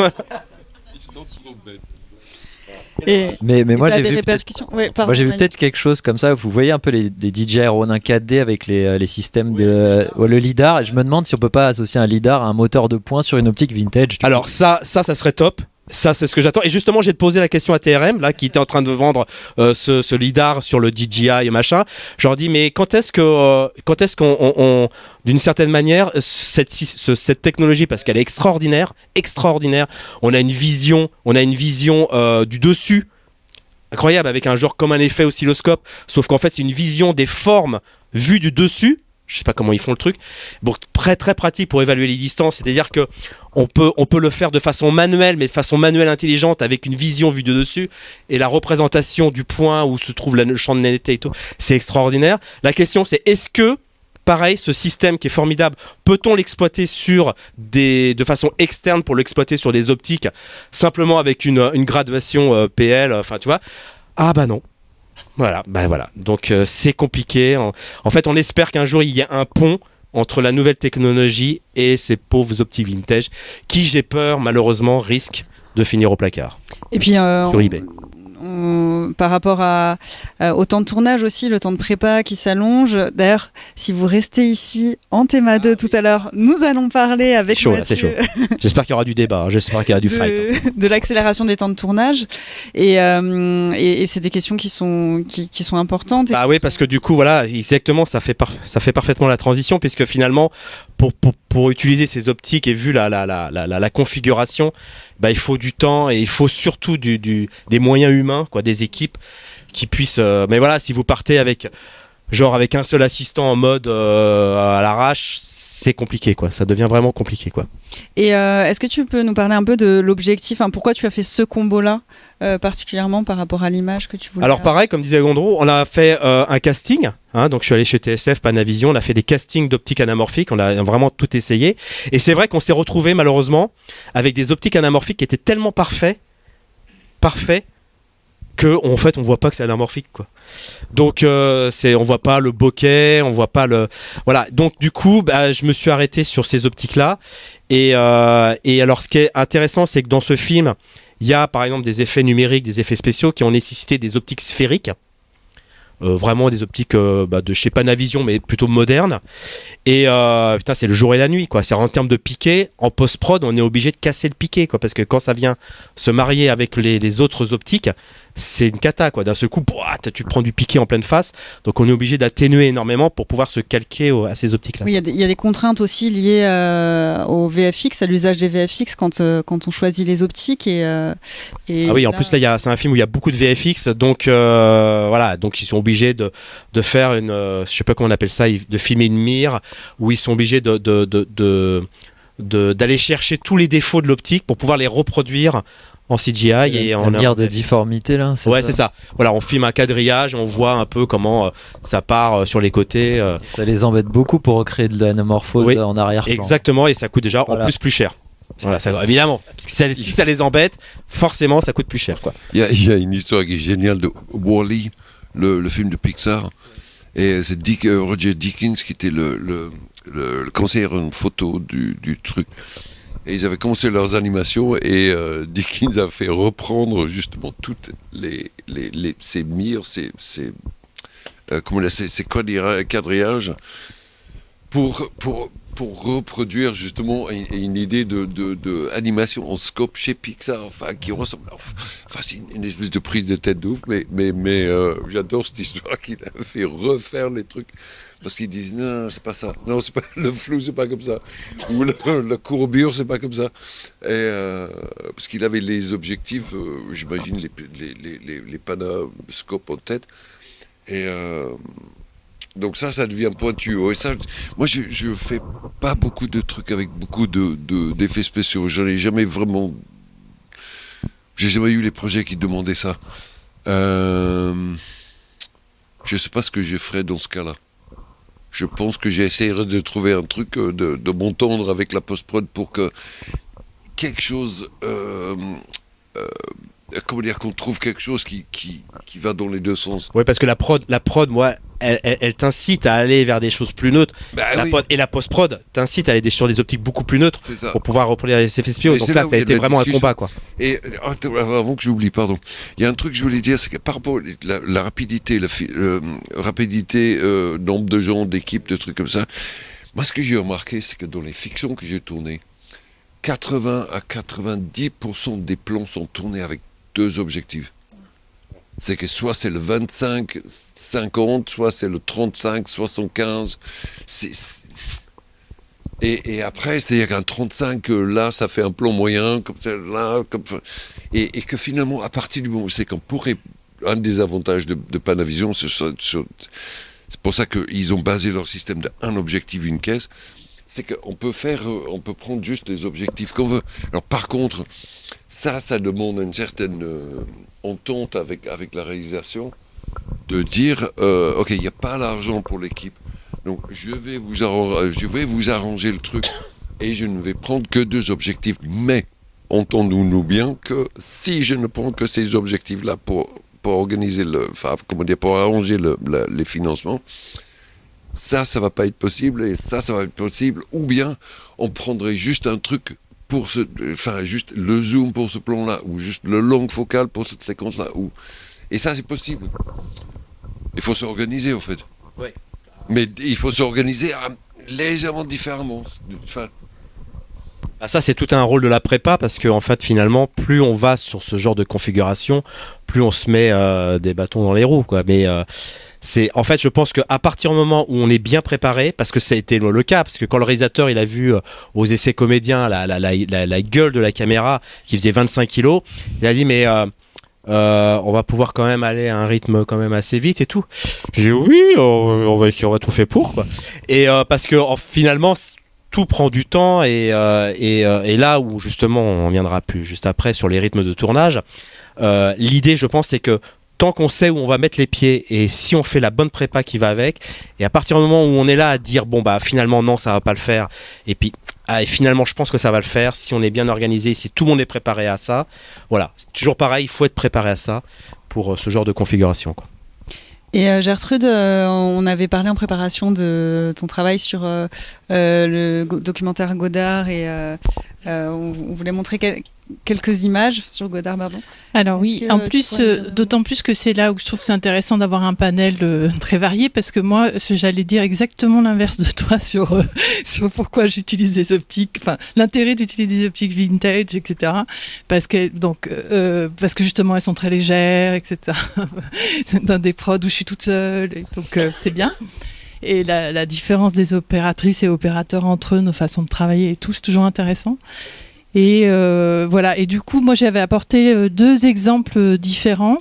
Et, Mais, mais et moi ça a j'ai des vu peut-être répercussions. Ouais, pardon, Moi j'ai vu Manu. peut-être quelque chose comme ça. Vous voyez un peu les, les D J I Aeron un quatre D avec les, les systèmes de ouais, le lidar. Et je me demande si on peut pas associer un lidar à un moteur de pointe sur une optique vintage. Alors ça, ça, ça serait top. Ça, c'est ce que j'attends. Et justement, j'ai posé la question à T R M, là, qui était en train de vendre euh, ce, ce lidar sur le D J I et machin. Je leur dis, mais quand est-ce que, euh, quand est-ce qu'on, on, on, d'une certaine manière, cette, ce, cette technologie, parce qu'elle est extraordinaire, extraordinaire. On a une vision, on a une vision euh, du dessus. Incroyable, avec un genre comme un effet oscilloscope, sauf qu'en fait c'est une vision des formes vues du dessus. Je sais pas comment ils font le truc. Bon, très très pratique pour évaluer les distances, c'est-à-dire que on peut on peut le faire de façon manuelle, mais de façon manuelle intelligente, avec une vision vue de dessus et la représentation du point où se trouve le champ de netteté et tout. C'est extraordinaire. La question c'est, est-ce que pareil, ce système qui est formidable, peut-on l'exploiter sur des, de façon externe pour l'exploiter sur des optiques, simplement avec une, une graduation euh, P L, enfin tu vois ? Ah bah non. Voilà, bah voilà. Donc euh, c'est compliqué. En, en fait, on espère qu'un jour il y ait un pont entre la nouvelle technologie et ces pauvres optiques vintage, qui, j'ai peur, malheureusement, risquent de finir au placard. Et puis, euh, sur on- eBay. on- par rapport à, à- au temps de tournage aussi, le temps de prépa qui s'allonge. D'ailleurs, si vous restez ici en Théma deux tout à l'heure, nous allons parler avec C'est chaud, là, c'est Mathieu J'espère qu'il y aura du débat, hein. J'espère qu'il y aura du de, fight. hein. de l'accélération des temps de tournage. Et, euh, et, et c'est des questions qui sont, qui, qui sont importantes. et Bah qui oui, sont- parce que du coup, voilà, exactement, ça fait, par- ça fait parfaitement la transition, puisque finalement, pour, pour, pour utiliser ces optiques et vu la, la, la, la, la, la configuration, bah, il faut du temps et il faut surtout du, du, des moyens humains, quoi, des équipes. qui puisse. Euh, mais voilà, si vous partez avec genre avec un seul assistant en mode euh, à l'arrache, c'est compliqué quoi. Ça devient vraiment compliqué quoi. Et euh, est-ce que tu peux nous parler un peu de l'objectif, hein, pourquoi tu as fait ce combo-là euh, particulièrement par rapport à l'image que tu voulais? Alors pareil, comme disait Gondreau, on a fait euh, un casting. Hein, donc je suis allé chez T S F, Panavision, on a fait des castings d'optiques anamorphiques, on a vraiment tout essayé. Et c'est vrai qu'on s'est retrouvé malheureusement avec des optiques anamorphiques qui étaient tellement parfaits, parfaits, que en fait on voit pas que c'est anamorphique quoi. Donc euh, c'est on voit pas le bokeh, on voit pas le voilà. Donc du coup bah, je me suis arrêté sur ces optiques là et euh, et alors ce qui est intéressant c'est que dans ce film il y a par exemple des effets numériques, des effets spéciaux qui ont nécessité des optiques sphériques. Euh, vraiment des optiques euh, bah, de chez Panavision mais plutôt modernes et euh, putain c'est le jour et la nuit quoi. C'est en termes de piqué en post-prod on est obligé de casser le piqué quoi parce que quand ça vient se marier avec les, les autres optiques c'est une cata quoi. D'un seul coup boah, tu prends du piqué en pleine face donc on est obligé d'atténuer énormément pour pouvoir se calquer au, à ces optiques là. Oui, il y, y a des contraintes aussi liées euh, au V F X, à l'usage des V F X quand, euh, quand on choisit les optiques et, euh, et ah oui en là... plus là y a, c'est un film où il y a beaucoup de V F X donc euh, voilà donc ils sont obligés de, de faire une euh, je sais pas comment on appelle ça de filmer une mire où ils sont obligés de, de, de, de, de d'aller chercher tous les défauts de l'optique pour pouvoir les reproduire en C G I et en mire de difformité là. C'est ouais ça c'est ça. Voilà on filme un quadrillage, on voit un peu comment euh, ça part euh, sur les côtés. Euh... Ça les embête beaucoup pour recréer de l'anamorphose oui, en arrière-plan. Exactement et ça coûte déjà voilà. En plus plus cher. Voilà, ça, évidemment, parce que ça, si ça les embête, forcément ça coûte plus cher quoi. Il y, y a une histoire qui est géniale de Wall-E, le, le film de Pixar. Et c'est Dick, euh, Roger Deakins qui était le, le, le, le conseiller en photo du, du truc. Et ils avaient commencé leurs animations et euh, Deakins a fait reprendre justement toutes les, les, les ces mires, ces, ces, euh, comment dire, ces, ces quadrillages pour, pour, pour reproduire justement une, une idée de, de, de animation en scope chez Pixar, enfin qui ressemble, enfin c'est une, une espèce de prise de tête de ouf, mais mais mais euh, j'adore cette histoire qu'il a fait refaire les trucs parce qu'ils disent non, non c'est pas ça, non c'est pas le flou c'est pas comme ça, ou le, la courbure c'est pas comme ça, et euh, parce qu'il avait les objectifs, euh, j'imagine les les les les, les panascopes en tête et euh, donc ça, ça devient pointu. Et ça, moi, je ne fais pas beaucoup de trucs avec beaucoup de, de, d'effets spéciaux. Je n'ai jamais vraiment... J'ai jamais eu les projets qui demandaient ça. Euh... Je ne sais pas ce que je ferais dans ce cas-là. Je pense que j'essaierai de trouver un truc, de, de m'entendre avec la post-prod pour que quelque chose... Euh, euh, comment dire, qu'on trouve quelque chose qui, qui, qui va dans les deux sens. Oui, parce que la prod, la prod moi, elle, elle, elle t'incite à aller vers des choses plus neutres. Bah, la oui. prod, et la post-prod t'incite à aller sur des optiques beaucoup plus neutres pour pouvoir reproduire les effets spéciaux. Donc là, là ça a été vraiment un combat. Quoi. Et avant que j'oublie, pardon, il y a un truc que je voulais dire, c'est que par rapport à la, la rapidité, la euh, rapidité, euh, nombre de gens, d'équipes, de trucs comme ça, moi, ce que j'ai remarqué, c'est que dans les fictions que j'ai tournées, quatre-vingts à quatre-vingt-dix pour cent des plans sont tournés avec deux objectifs. C'est que soit c'est le vingt-cinq cinquante, soit c'est le trente-cinq soixante-quinze. C'est, c'est... Et, et après, c'est-à-dire qu'un trente-cinq, là, ça fait un plan moyen, comme ça, là, comme... Et, et que finalement, à partir du moment où c'est qu'on pourrait... Un des avantages de, de Panavision, c'est, c'est pour ça qu'ils ont basé leur système d'un objectif, une caisse, c'est qu'on peut faire, on peut prendre juste les objectifs qu'on veut. Alors par contre, ça, ça demande une certaine euh, entente avec, avec la réalisation, de dire, euh, ok, il n'y a pas l'argent pour l'équipe, donc je vais, vous arranger, je vais vous arranger le truc, et je ne vais prendre que deux objectifs, mais entendons-nous bien que si je ne prends que ces objectifs-là pour, pour organiser le, enfin, comment dire, pour arranger le, la, les financements, ça, ça va pas être possible, et ça, ça va être possible, ou bien on prendrait juste un truc pour ce, enfin, juste le zoom pour ce plan-là, ou juste le long focal pour cette séquence-là, ou... et ça, c'est possible. Il faut s'organiser, au fait. Oui. Mais il faut s'organiser légèrement différemment. Enfin... Ah, ça, c'est tout un rôle de la prépa, parce qu'en en fait, finalement, plus on va sur ce genre de configuration, plus on se met euh, des bâtons dans les roues, quoi. Mais... Euh... C'est, en fait, je pense qu'à partir du moment où on est bien préparé, parce que ça a été le cas, parce que quand le réalisateur il a vu euh, aux essais comédiens la, la, la, la, la gueule de la caméra qui faisait vingt-cinq kilos, il a dit mais euh, euh, on va pouvoir quand même aller à un rythme quand même assez vite et tout. J'ai dit oui, on, on va essayer, on va tout faire pour quoi. Et euh, parce que en, finalement tout prend du temps et, euh, et, euh, et là où justement on viendra plus juste après sur les rythmes de tournage, euh, l'idée je pense c'est que tant qu'on sait où on va mettre les pieds et si on fait la bonne prépa qui va avec, et à partir du moment où on est là à dire bon bah finalement non ça va pas le faire, et puis ah, et finalement je pense que ça va le faire si on est bien organisé, si tout le monde est préparé à ça, voilà, c'est toujours pareil, il faut être préparé à ça pour euh, ce genre de configuration quoi. Et euh, Gertrude, euh, on avait parlé en préparation de ton travail sur euh, euh, le go- documentaire Godard et euh, euh, on, on voulait montrer quel- quelques images sur Godard, pardon. Alors Est-ce oui, que, en euh, tu plus, pourrais nous euh, dire- d'autant plus que c'est là où je trouve que c'est intéressant d'avoir un panel euh, très varié parce que moi, ce- j'allais dire exactement l'inverse de toi sur, euh, sur pourquoi j'utilise des optiques, enfin l'intérêt d'utiliser des optiques vintage, et cetera. Parce que, donc, euh, parce que justement, elles sont très légères, et cetera. Dans des prods où je suis toute seule, et donc euh, c'est bien. Et la, la différence des opératrices et opérateurs entre eux, nos façons de travailler et tout, c'est toujours intéressant. Et euh, voilà. Et du coup, moi, j'avais apporté euh, deux exemples différents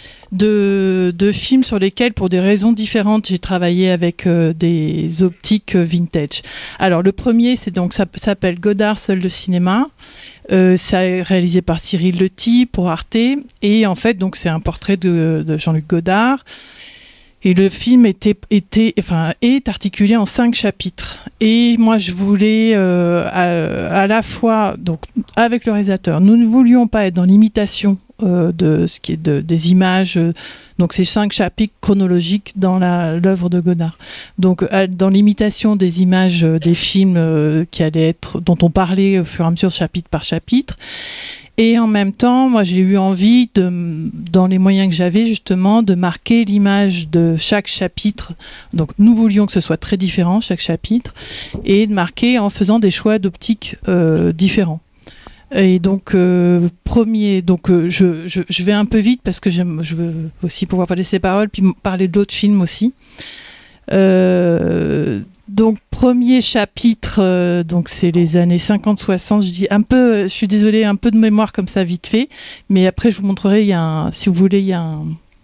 de, de films sur lesquels, pour des raisons différentes, j'ai travaillé avec euh, des optiques euh, vintage. Alors, le premier, c'est donc ça, ça s'appelle Godard, seul le cinéma. Euh, c'est réalisé par Cyril Lety pour Arte. Et en fait, donc, c'est un portrait de, de Jean-Luc Godard. Et le film était, était, enfin, est articulé en cinq chapitres. Et moi, je voulais euh, à, à la fois, donc, avec le réalisateur, nous ne voulions pas être dans l'imitation euh, de ce qui est de, des images. Euh, donc, ces cinq chapitres chronologiques dans la, l'œuvre de Godard. Donc, à, dans l'imitation des images euh, des films euh, qui allaient être, dont on parlait au fur et à mesure, chapitre par chapitre. Et en même temps, moi, j'ai eu envie, de, dans les moyens que j'avais, justement, de marquer l'image de chaque chapitre. Donc, nous voulions que ce soit très différent, chaque chapitre, et de marquer en faisant des choix d'optique euh, différents. Et donc, euh, premier, donc euh, je, je, je vais un peu vite parce que j'aime, je veux aussi pouvoir parler ses paroles, puis parler d'autres films aussi. Euh, Donc, premier chapitre, euh, donc c'est les années cinquante soixante, je dis un peu, je suis désolée, un peu de mémoire comme ça, vite fait, mais après, je vous montrerai, il y a un, si vous voulez, il y a un,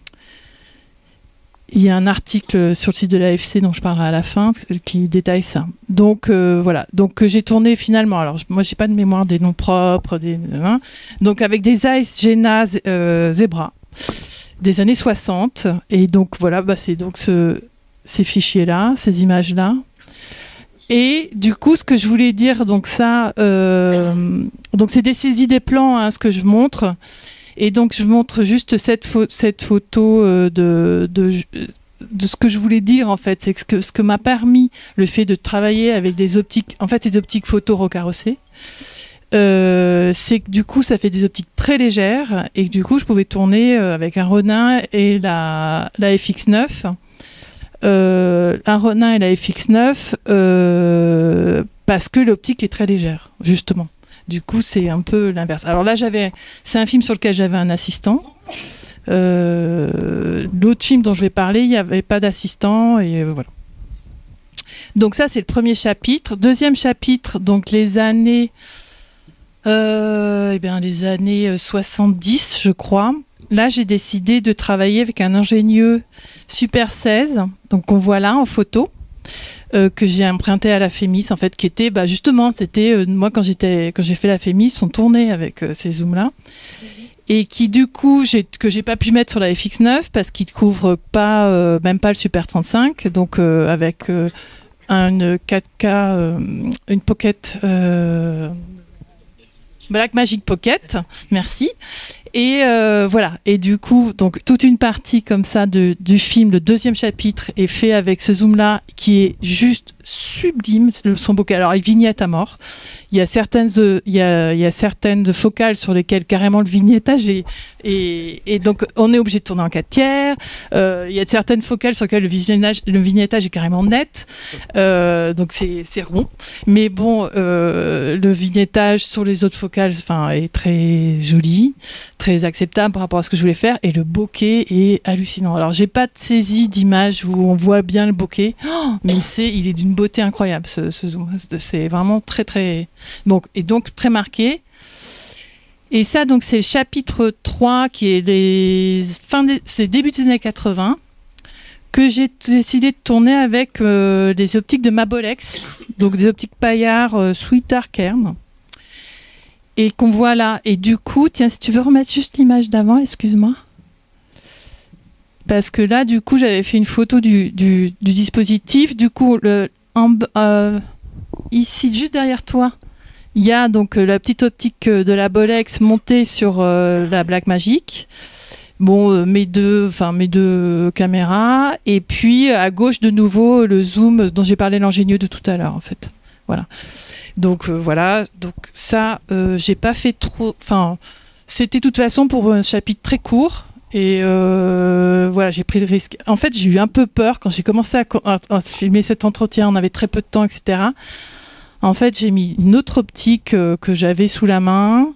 il y a un article sur le site de l'A F C dont je parlerai à la fin, qui détaille ça. Donc, euh, voilà, donc que j'ai tourné finalement, alors moi, j'ai pas de mémoire des noms propres, des, hein, donc avec des Zeiss, Gena, euh, Zebra, des années soixante, et donc voilà, bah, c'est donc ce, ces fichiers-là, ces images-là. Et du coup, ce que je voulais dire, donc ça, euh, donc c'est des saisies des plans, hein, ce que je montre. Et donc, je montre juste cette, pho- cette photo euh, de, de, de ce que je voulais dire, en fait. C'est que ce que, ce que m'a permis le fait de travailler avec des optiques, en fait, des optiques photo recarrossées. Euh, c'est que du coup, ça fait des optiques très légères et que du coup, je pouvais tourner euh, avec un Ronin et la, la F X neuf. Euh, un Ronin et la F X neuf euh, parce que l'optique est très légère, justement. Du coup, c'est un peu l'inverse. Alors là, j'avais, c'est un film sur lequel j'avais un assistant. Euh, l'autre film dont je vais parler, il n'y avait pas d'assistant et euh, voilà. Donc ça, c'est le premier chapitre. Deuxième chapitre, donc les années, euh, eh bien les années soixante-dix, je crois. Là, j'ai décidé de travailler avec un ingénieux Super seize, donc qu'on voit là en photo, euh, que j'ai emprunté à la Fémis, en fait, qui était, bah, justement, c'était, euh, moi, quand, j'étais, quand j'ai fait la Fémis, on tournait avec euh, ces zooms-là, et qui, du coup, j'ai, que j'ai pas pu mettre sur la F X neuf, parce qu'il ne couvre pas, euh, même pas le Super trente-cinq, donc euh, avec euh, une quatre K, euh, une Pocket... Euh, Blackmagic Pocket, merci. Et euh, voilà. Et du coup, donc toute une partie comme ça de, du film, le deuxième chapitre, est fait avec ce zoom-là qui est juste sublime, son bokeh. Alors, il vignette à mort. Il y a certaines, euh, il y a, il y a certaines focales sur lesquelles carrément le vignettage est, et, et donc on est obligé de tourner en quatre tiers. Euh, il y a certaines focales sur lesquelles le vignettage, le vignettage est carrément net, euh, donc c'est, c'est rond. Mais bon, euh, le vignettage sur les autres focales, enfin, est très joli, très acceptable par rapport à ce que je voulais faire, et le bokeh est hallucinant. Alors j'ai pas de saisie d'image où on voit bien le bokeh, oh, mais c'est, il est d'une beauté incroyable ce, ce zoom. C'est vraiment très très donc et donc très marqué. Et ça, donc, c'est le chapitre trois, qui est les fin des, c'est début des années quatre-vingts, que j'ai décidé de tourner avec euh, des optiques de Mabolex, donc des optiques Payard euh, Sweetheart Kern, et qu'on voit là. Et du coup, tiens, si tu veux remettre juste l'image d'avant, excuse-moi. Parce que là, du coup, j'avais fait une photo du, du, du dispositif. Du coup, le, en, euh, ici, juste derrière toi, il y a donc la petite optique de la Bolex montée sur euh, la Blackmagic. Bon, euh, mes deux, enfin mes deux caméras, et puis à gauche de nouveau le zoom dont j'ai parlé, l'ingénieux de tout à l'heure en fait. Voilà. Donc euh, voilà. Donc ça, euh, j'ai pas fait trop. Enfin, c'était de toute façon pour un chapitre très court. Et euh, voilà, j'ai pris le risque. En fait, j'ai eu un peu peur quand j'ai commencé à, à, à filmer cet entretien. On avait très peu de temps, et cetera. En fait, j'ai mis une autre optique euh, que j'avais sous la main.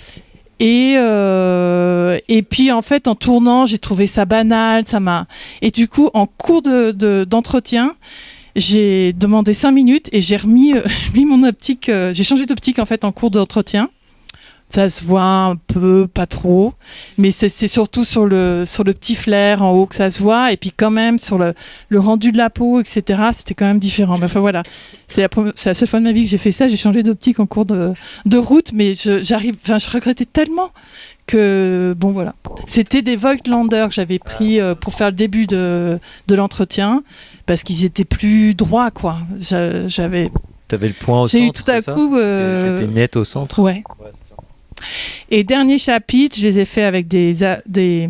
Et, euh, et puis, en fait, en tournant, j'ai trouvé ça banal. Ça m'a... Et du coup, en cours de, de, d'entretien, j'ai demandé cinq minutes et j'ai remis, euh, mis mon optique. Euh, j'ai changé d'optique, en fait, en cours d'entretien. Ça se voit un peu, pas trop, mais c'est, c'est surtout sur le, sur le petit flair en haut que ça se voit, et puis quand même sur le, le rendu de la peau, et cetera, c'était quand même différent. Mais enfin voilà, c'est la, première, c'est la seule fois de ma vie que j'ai fait ça, j'ai changé d'optique en cours de, de route, mais je, j'arrive, enfin, je regrettais tellement que, bon voilà. C'était des Voigtlander que j'avais pris euh, pour faire le début de, de l'entretien, parce qu'ils étaient plus droits, quoi. J'a, j'avais... T'avais le point au j'ai centre, eu tout à c'est coup... ça Euh... T'étais net au centre. Ouais. Ouais, c'est ça. Et dernier chapitre, je les ai fait avec des... des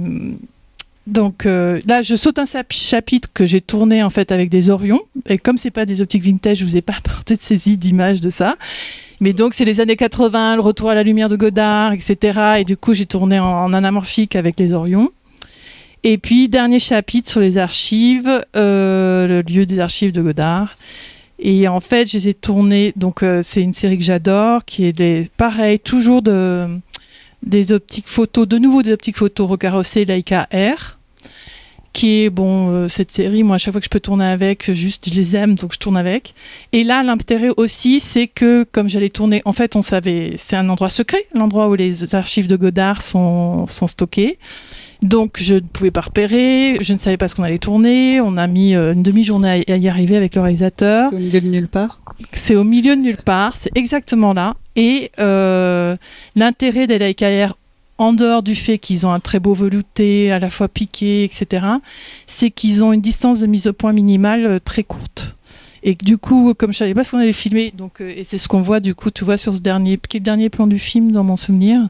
donc euh, là, je saute un chapitre que j'ai tourné en fait avec des Orion. Et comme c'est pas des optiques vintage, je vous ai pas apporté de saisie d'image de ça. Mais donc c'est les années quatre-vingts, le retour à la lumière de Godard, et cetera. Et du coup, j'ai tourné en, en anamorphique avec les Orion. Et puis dernier chapitre sur les archives, euh, le lieu des archives de Godard. Et en fait, je les ai tournés. Donc, euh, c'est une série que j'adore, qui est des, pareil, toujours de, des optiques photos, de nouveau des optiques photos recarrossées Leica R, qui est, bon, euh, cette série, moi, à chaque fois que je peux tourner avec, juste, je les aime, donc je tourne avec. Et là, l'intérêt aussi, c'est que, comme j'allais tourner, en fait, on savait, c'est un endroit secret, l'endroit où les archives de Godard sont, sont stockées. Donc, je ne pouvais pas repérer, je ne savais pas ce qu'on allait tourner. On a mis euh, une demi-journée à y arriver avec le réalisateur. C'est au milieu de nulle part. C'est au milieu de nulle part, c'est exactement là. Et euh, l'intérêt des Leica R, en dehors du fait qu'ils ont un très beau velouté, à la fois piqué, et cetera, c'est qu'ils ont une distance de mise au point minimale euh, très courte. Et du coup, comme je ne savais pas ce qu'on allait filmer, donc, euh, et c'est ce qu'on voit du coup, tu vois sur ce dernier, qui est le dernier plan du film dans mon souvenir.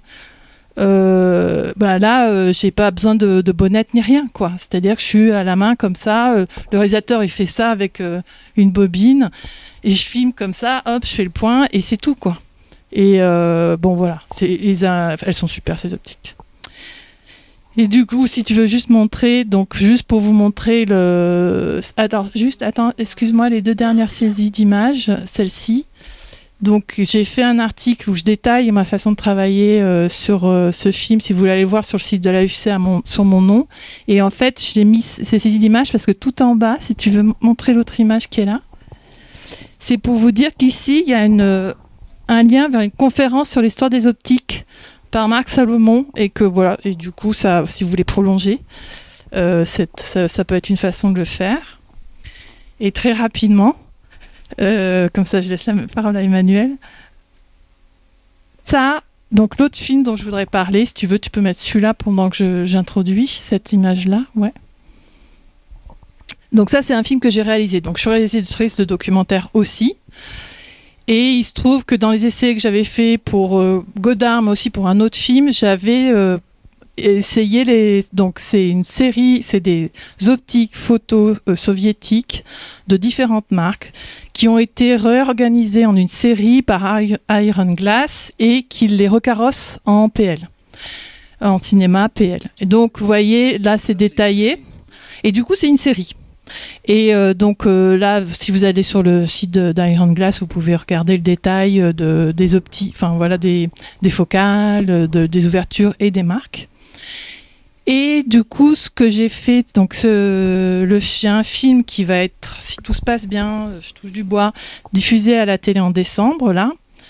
Euh, bah là, euh, j'ai pas besoin de, de bonnette ni rien, quoi. C'est-à-dire que je suis à la main comme ça. Euh, le réalisateur, il fait ça avec euh, une bobine et je filme comme ça. Hop, je fais le point et c'est tout, quoi. Et euh, bon, voilà. C'est, les, euh, elles sont super ces optiques. Et du coup, si tu veux juste montrer, donc juste pour vous montrer le. Attends, juste, attends, excuse-moi, les deux dernières saisies d'images, celle-ci. Donc, j'ai fait un article où je détaille ma façon de travailler euh, sur euh, ce film. Si vous voulez aller voir sur le site de l'A F C à mon, sur mon nom. Et en fait, je l'ai mis ces saisies d'images parce que tout en bas, si tu veux montrer l'autre image qui est là, c'est pour vous dire qu'ici, il y a une, euh, un lien vers une conférence sur l'histoire des optiques par Marc Salomon. Et que voilà, et du coup, ça, si vous voulez prolonger, euh, cette, ça, ça peut être une façon de le faire. Et très rapidement, Euh, comme ça je laisse la parole à Emmanuel. Ça, donc l'autre film dont je voudrais parler, si tu veux tu peux mettre celui-là pendant que je, j'introduis cette image-là, ouais. Donc ça c'est un film que j'ai réalisé, donc je suis réalisatrice de documentaire aussi, et il se trouve que dans les essais que j'avais fait pour euh, Godard mais aussi pour un autre film, j'avais euh, essayé les... Donc c'est une série, c'est des optiques photos euh, soviétiques de différentes marques qui ont été réorganisées en une série par Iron Glass et qui les recarrossent en P L, en cinéma P L. Et donc vous voyez, là c'est détaillé, et du coup c'est une série. Et euh, donc euh, là, si vous allez sur le site de, d'Iron Glass, vous pouvez regarder le détail de, des optiques, enfin voilà, des, des focales, de, des ouvertures et des marques. Et du coup, ce que j'ai fait, donc ce, le, j'ai un film qui va être, si tout se passe bien, je touche du bois, diffusé à la télé en décembre, là.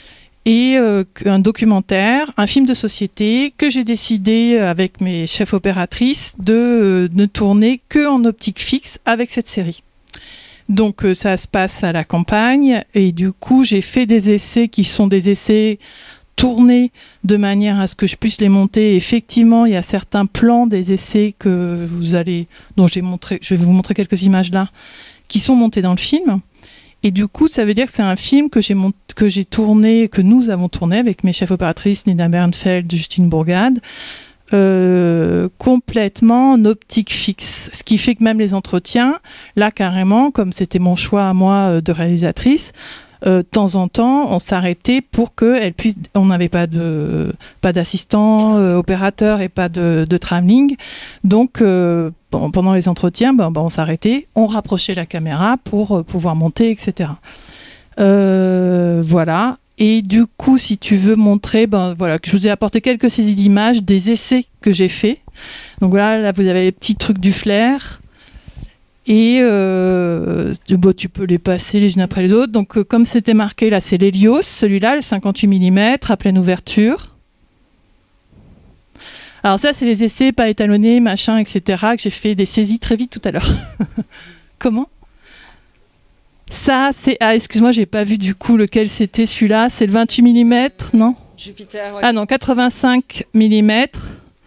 et euh, un documentaire, un film de société que j'ai décidé avec mes chefs opératrices de euh, ne tourner que en optique fixe avec cette série. Donc euh, ça se passe à la campagne et du coup j'ai fait des essais qui sont des essais tournés de manière à ce que je puisse les monter. Effectivement, il y a certains plans des essais que vous allez, dont j'ai montré, je vais vous montrer quelques images là, qui sont montés dans le film. Et du coup, ça veut dire que c'est un film que j'ai, mont- que j'ai tourné, que nous avons tourné avec mes chefs opératrices, Nina Bernfeld, Justine Bourgade, euh, complètement en optique fixe. Ce qui fait que même les entretiens, là carrément, comme c'était mon choix à moi de réalisatrice, Euh, de temps en temps, on s'arrêtait pour qu'elle puisse. On n'avait pas de pas d'assistant euh, opérateur et pas de, de travelling, donc euh, bon, pendant les entretiens, ben, ben, on s'arrêtait, on rapprochait la caméra pour euh, pouvoir monter, et cetera. Euh, voilà. Et du coup, si tu veux montrer, ben voilà, que je vous ai apporté quelques saisies d'images des essais que j'ai faits. Donc voilà, là vous avez les petits trucs du flair. Et euh, bon, tu peux les passer les unes après les autres. Donc, euh, comme c'était marqué, là, c'est l'Hélios, celui-là, le cinquante-huit millimètres à pleine ouverture. Alors ça, c'est les essais pas étalonnés, machin, et cetera, que j'ai fait des saisies très vite tout à l'heure. Comment ? Ça, c'est... Ah, excuse-moi, j'ai pas vu du coup lequel c'était celui-là. C'est le vingt-huit millimètres, non ? Jupiter, ouais. Ah non, quatre-vingt-cinq millimètres.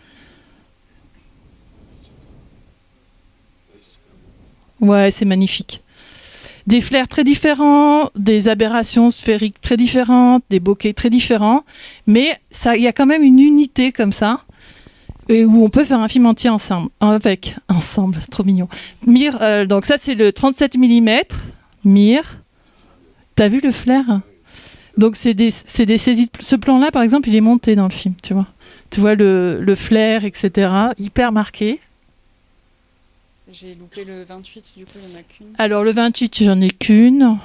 Ouais, c'est magnifique. Des flares très différents, des aberrations sphériques très différentes, des bokeh très différents, mais ça, il y a quand même une unité comme ça, et où on peut faire un film entier ensemble, avec ensemble, c'est trop mignon. Mir, euh, donc ça c'est le trente-sept millimètres. Mir, t'as vu le flair ? Donc c'est des, c'est des saisies. Ce plan-là, par exemple, il est monté dans le film, tu vois. Tu vois le, le flair, et cetera, hyper marqué. J'ai loupé le vingt-huit, du coup, il n'y en a qu'une. Alors, le vingt-huit, j'en ai qu'une.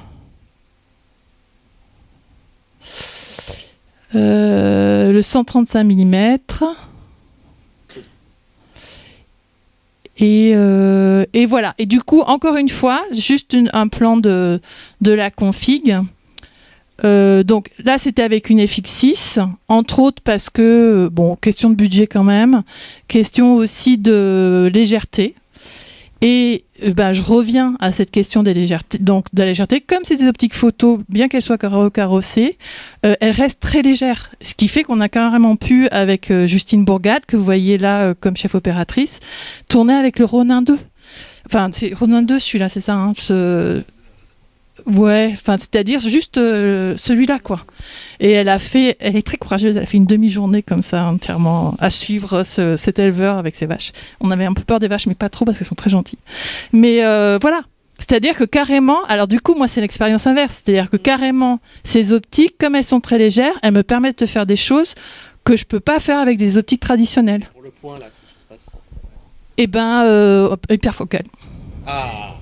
Euh, le cent trente-cinq millimètres. Et, euh, et voilà. Et du coup, encore une fois, juste une, un plan de, de la config. Euh, donc là, c'était avec une F X six, entre autres parce que, bon, question de budget quand même, question aussi de légèreté. Et ben, je reviens à cette question des légèretés, donc, de la légèreté. Comme c'est des optiques photo, bien qu'elles soient carrossées, euh, elles restent très légères. Ce qui fait qu'on a carrément pu, avec euh, Justine Bourgade, que vous voyez là euh, comme chef opératrice, tourner avec le Ronin deux. Enfin, c'est Ronin deux celui-là, c'est ça, hein, ce... Ouais, enfin, c'est-à-dire juste euh, celui-là, quoi. Et elle a fait, elle est très courageuse, elle a fait une demi-journée comme ça, entièrement, à suivre ce, cet éleveur avec ses vaches. On avait un peu peur des vaches, mais pas trop parce qu'elles sont très gentilles. Mais euh, voilà, c'est-à-dire que carrément, alors du coup, moi, c'est l'expérience inverse, c'est-à-dire que carrément, ces optiques, comme elles sont très légères, elles me permettent de faire des choses que je peux pas faire avec des optiques traditionnelles. Pour le point, là, comment ça se passe ? Eh ben, euh, hyperfocale. Ah.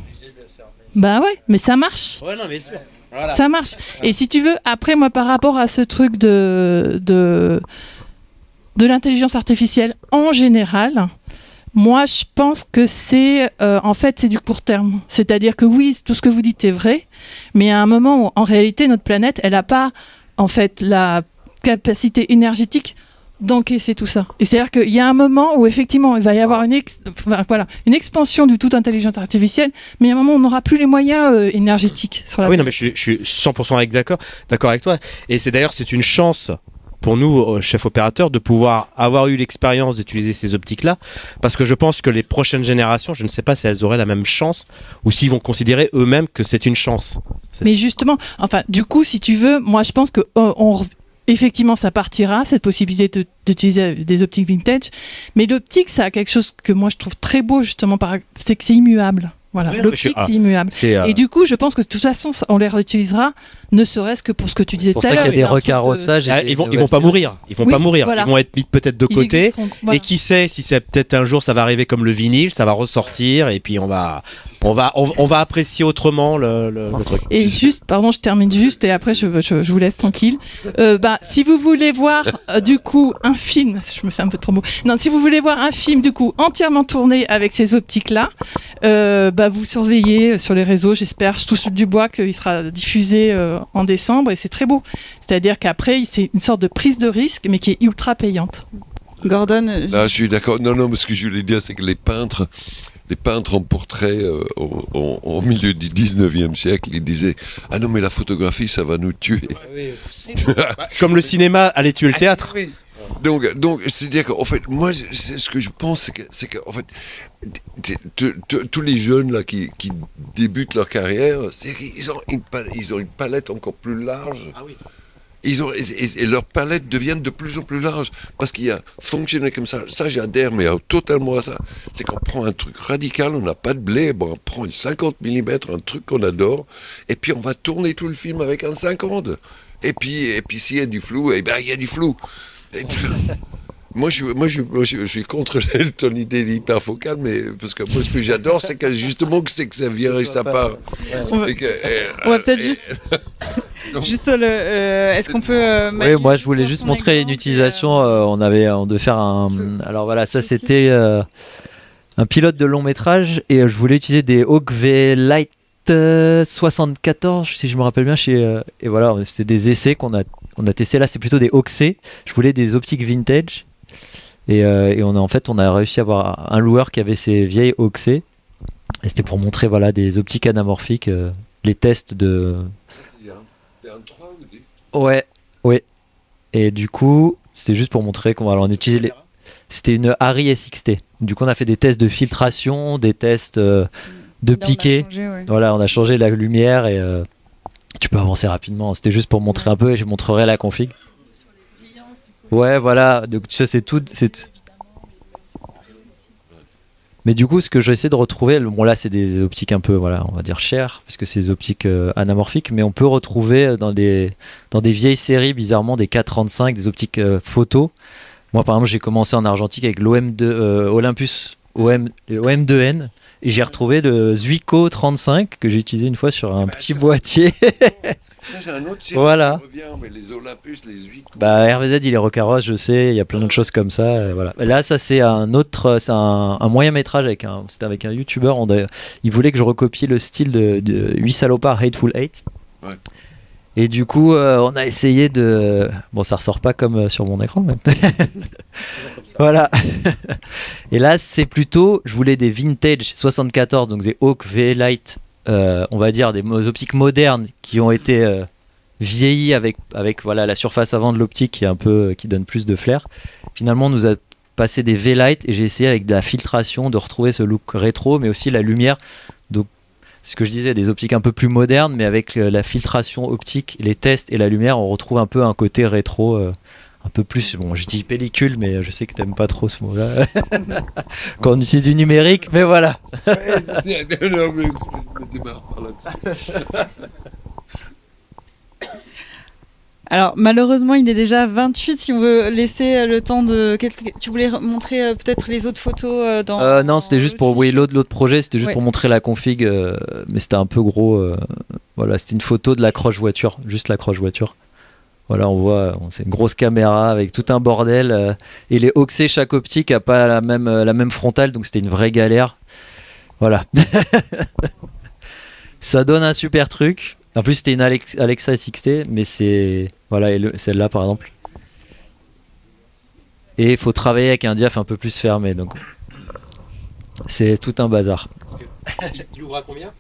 Bah ouais, mais ça marche. Ouais, non, mais sûr. Voilà. Ça marche. Et si tu veux, après, moi, par rapport à ce truc de, de, de l'intelligence artificielle en général, moi, je pense que c'est, euh, en fait, c'est du court terme. C'est-à-dire que oui, tout ce que vous dites est vrai, mais à un moment où, en réalité, notre planète, elle n'a pas, en fait, la capacité énergétique d'encaisser tout ça. Et c'est-à-dire qu'il y a un moment où effectivement il va y avoir une, ex- enfin, voilà, une expansion du tout intelligence artificielle, mais il y a un moment où on n'aura plus les moyens euh, énergétiques sur la Ah oui, non, mais je suis, je suis cent pour cent avec d'accord, d'accord avec toi. Et c'est d'ailleurs, c'est une chance pour nous, euh, chefs opérateurs, de pouvoir avoir eu l'expérience d'utiliser ces optiques-là, parce que je pense que les prochaines générations, je ne sais pas si elles auraient la même chance, ou s'ils vont considérer eux-mêmes que c'est une chance. C'est mais justement, enfin, du coup, si tu veux, moi je pense que euh, on effectivement, ça partira, cette possibilité de, d'utiliser des optiques vintage. Mais l'optique, ça a quelque chose que moi, je trouve très beau, justement, par... c'est que c'est immuable. Voilà, oui, non, l'optique, je... ah, c'est immuable. C'est, euh... Et du coup, je pense que de toute façon, on les réutilisera, ne serait-ce que pour ce que tu disais tout à l'heure. C'est pour ça qu'il y a des recarrossages. De... Ah, ils, vont, ils vont pas mourir. Ils vont oui, pas mourir. voilà. Ils vont être mis peut-être de ils côté. Voilà. Et qui sait si c'est peut-être un jour, ça va arriver comme le vinyle, ça va ressortir, et puis on va, on va, on, on va apprécier autrement le, le, le truc. Et juste, pardon, je termine juste, et après, je, je, je vous laisse tranquille. Euh, bah, si vous voulez voir, euh, du coup, un film, je me fais un peu trop mot. Non, si vous voulez voir un film, du coup, entièrement tourné avec ces optiques-là, euh, bah, vous surveillez sur les réseaux, j'espère, je touche du bois qu'il sera diffusé euh, euh, en décembre et c'est très beau. C'est-à-dire qu'après, c'est une sorte de prise de risque, mais qui est ultra payante. Gordon euh, Là, je suis d'accord. Non, non, mais ce que je voulais dire, c'est que les peintres, les peintres en portrait euh, au, au- au milieu du dix-neuvième siècle, ils disaient « Ah non, mais la photographie, ça va nous tuer. » Comme le cinéma allait tuer le théâtre. Oui. Donc, donc c'est-à-dire qu'en fait, moi, c'est ce que je pense, c'est que, c'est que en fait, t- t- t- tous les jeunes là qui, qui débutent leur carrière, c'est qu'ils ont une, pa- ils ont une palette encore plus large. Ah oui. Ils ont, et, et- et leur palette devient de plus en plus large parce qu'il y a fonctionné comme ça. Ça, j'adhère, mais euh, totalement à ça. C'est qu'on prend un truc radical, on n'a pas de blé, bon, on prend une cinquante millimètres, un truc qu'on adore, et puis on va tourner tout le film avec un cinquante. Et puis, et puis s'il y a du flou, eh ben il y a du flou. Et puis, moi, je, moi, je, moi, je, je suis contre ton idée d'hyperfocale, mais parce que moi, ce que j'adore, c'est que justement, que c'est que ça vient et ça part. on va, Et que, et, on va peut-être et- juste, Non. juste sur le. euh, Est-ce qu'on peut. euh, Oui, Manu, moi je voulais voir juste ton montrer une exemple et, utilisation. euh, euh, on avait, on devait faire un. Feu. Alors voilà, ça Feu aussi. c'était euh, un pilote de long métrage et euh, je voulais utiliser des Hawk V Light euh, soixante-quatorze, si je me rappelle bien. Chez, euh, et voilà, c'est des essais qu'on a, on a testé là. C'est plutôt des Hawk C. Je voulais des optiques vintage. Et, euh, et on a en fait, on a réussi à avoir un loueur qui avait ces vieilles Hawk C. Et c'était pour montrer voilà des optiques anamorphiques, euh, les tests de. Il y a un- il y a un trois ou des- Ouais, ouais. Et du coup, c'était juste pour montrer qu'on va alors, on utilisait les. C'était une Arri S X T. Du coup, on a fait des tests de filtration, des tests euh, de là, on a piqué. changé, ouais. Voilà, on a changé la lumière et euh, tu peux avancer rapidement. C'était juste pour montrer un peu et je montrerai la config. Ouais, voilà. Donc ça, c'est tout. C'est... Mais du coup, ce que j'essaie de retrouver, bon là, c'est des optiques un peu, voilà, on va dire chères, parce que c'est des optiques euh, anamorphiques, mais on peut retrouver dans des dans des vieilles séries, bizarrement, des quatre trente-cinq, des optiques euh, photo. Moi, par exemple, j'ai commencé en argentique avec l'O M deux, euh, Olympus O M, le O M deux N, et j'ai retrouvé le Zuico trente-cinq que j'ai utilisé une fois sur un bah, petit ça- boîtier. Ça, c'est un autre série Voilà. qui revient, mais les Olympus, les huit. Bah, R V Z, il est recarrosse, je sais, il y a plein d'autres choses comme ça. euh, voilà. Là, ça, c'est un autre, c'est un, un moyen métrage avec un, c'était avec un YouTuber. On a- il voulait que je recopie le style de, de huit salopards Hateful Eight. Ouais. Et du coup, euh, on a essayé de. Bon, ça ressort pas comme euh, sur mon écran, mais. Voilà. Et là, c'est plutôt, je voulais des vintage soixante-quatorze, donc des Hawk V Light, euh, on va dire des mo- optiques modernes qui ont été euh, vieillies avec, avec voilà, la surface avant de l'optique qui est un peu, qui donne plus de flair. Finalement, on nous a passé des V Light et j'ai essayé avec de la filtration de retrouver ce look rétro, mais aussi la lumière. Donc, c'est ce que je disais, des optiques un peu plus modernes, mais avec euh, la filtration optique, les tests et la lumière, on retrouve un peu un côté rétro. euh, Un peu plus, bon, je dis pellicule, mais je sais que t'aimes pas trop ce mot-là quand on utilise du numérique, mais voilà. Non, mais je me démarre par là-dessus. Alors malheureusement il est déjà vingt-huit, si on veut laisser le temps de... Tu voulais montrer euh, peut-être les autres photos euh, dans... Euh, non, c'était juste pour, oui, fichier. l'autre, l'autre projet, c'était juste Ouais. pour montrer la config, euh, mais c'était un peu gros. euh, voilà, c'était une photo de l'accroche voiture, juste l'accroche voiture. Voilà, on voit, on- c'est une grosse caméra avec tout un bordel. euh, et les Hawk C, chaque optique a pas la même, euh, la même frontale, donc c'était une vraie galère. Voilà. Ça donne un super truc. En plus, c'était une Alex- Alexa S X T, mais c'est. Voilà, et le- celle-là par exemple. Et il faut travailler avec un diaph un peu plus fermé, donc. C'est tout un bazar. Il ouvre à combien?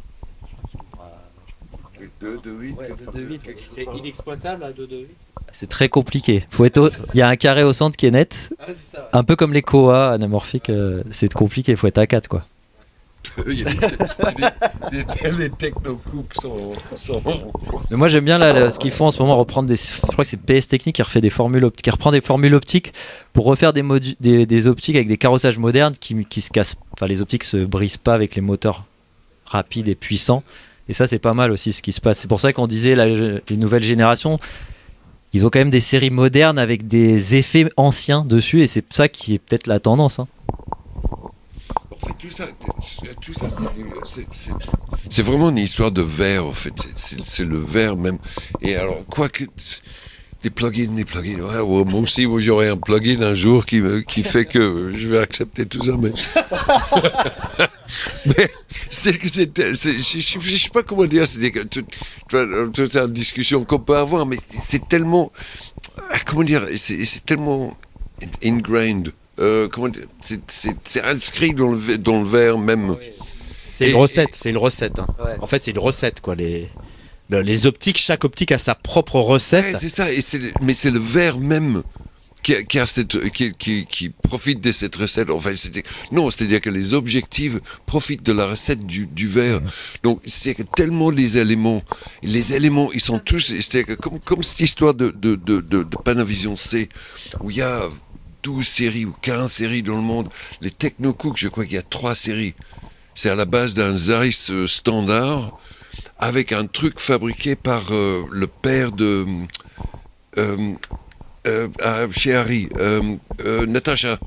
deux, deux, huit. C'est inexploitable à deux virgule huit. C'est très compliqué. Faut être au- Il y a un carré au centre qui est net. Ah, c'est ça. Un peu comme les Koa anamorphiques, euh, c'est compliqué, il faut être à quatre quoi. Il y a des- des- Les techno-cooks sont, sont... Mais moi j'aime bien là, le- ce qu'ils font en ce moment, reprendre des. Je crois que c'est P S Technique qui refait des formules optiques, qui reprend des formules optiques pour refaire des, modu- des, des optiques avec des carrossages modernes qui, qui se cassent. Enfin, les optiques se brisent pas avec les moteurs rapides et puissants. Et ça, c'est pas mal aussi ce qui se passe. C'est pour ça qu'on disait la- les nouvelles générations, ils ont quand même des séries modernes avec des effets anciens dessus, et c'est ça qui est peut-être la tendance. Hein. En fait, tout ça, tout ça c'est, du- c'est, c'est, c'est vraiment une histoire de verre, en fait. C'est, c'est, c'est le verre même. Et alors, quoi que... Des plugins, des plugins. Ouais, ouais, moi aussi, moi, j'aurai un plugin un jour qui, me- qui fait que je vais accepter tout ça, mais... Mais c'est que c'est, c'est je, je sais pas comment dire, c'est que toute une discussion qu'on peut avoir, mais c'est tellement, comment dire, c'est, c'est tellement ingrained. Euh, comment dire, c'est, c'est, c'est inscrit dans le dans le verre même. C'est Et, une recette, c'est une recette. Hein. Ouais. En fait, c'est une recette quoi. Les les optiques, chaque optique a sa propre recette. Ouais, c'est ça. Et c'est, mais c'est le verre même. Qui, a, qui, a cette, qui, qui, qui profite de cette recette. Enfin, c'était, non, c'est-à-dire que les objectifs profitent de la recette du, du verre. Donc, c'est-à-dire que tellement les éléments, les éléments, ils sont tous, c'est-à-dire que comme, comme cette histoire de, de, de, de, de Panavision C, où il y a douze séries ou quinze séries dans le monde, les Technocook, je crois qu'il y a trois séries. C'est à la base d'un Zeiss standard, avec un truc fabriqué par euh, le père de... Euh, Euh, ah, chez Harry, euh, euh, Natacha.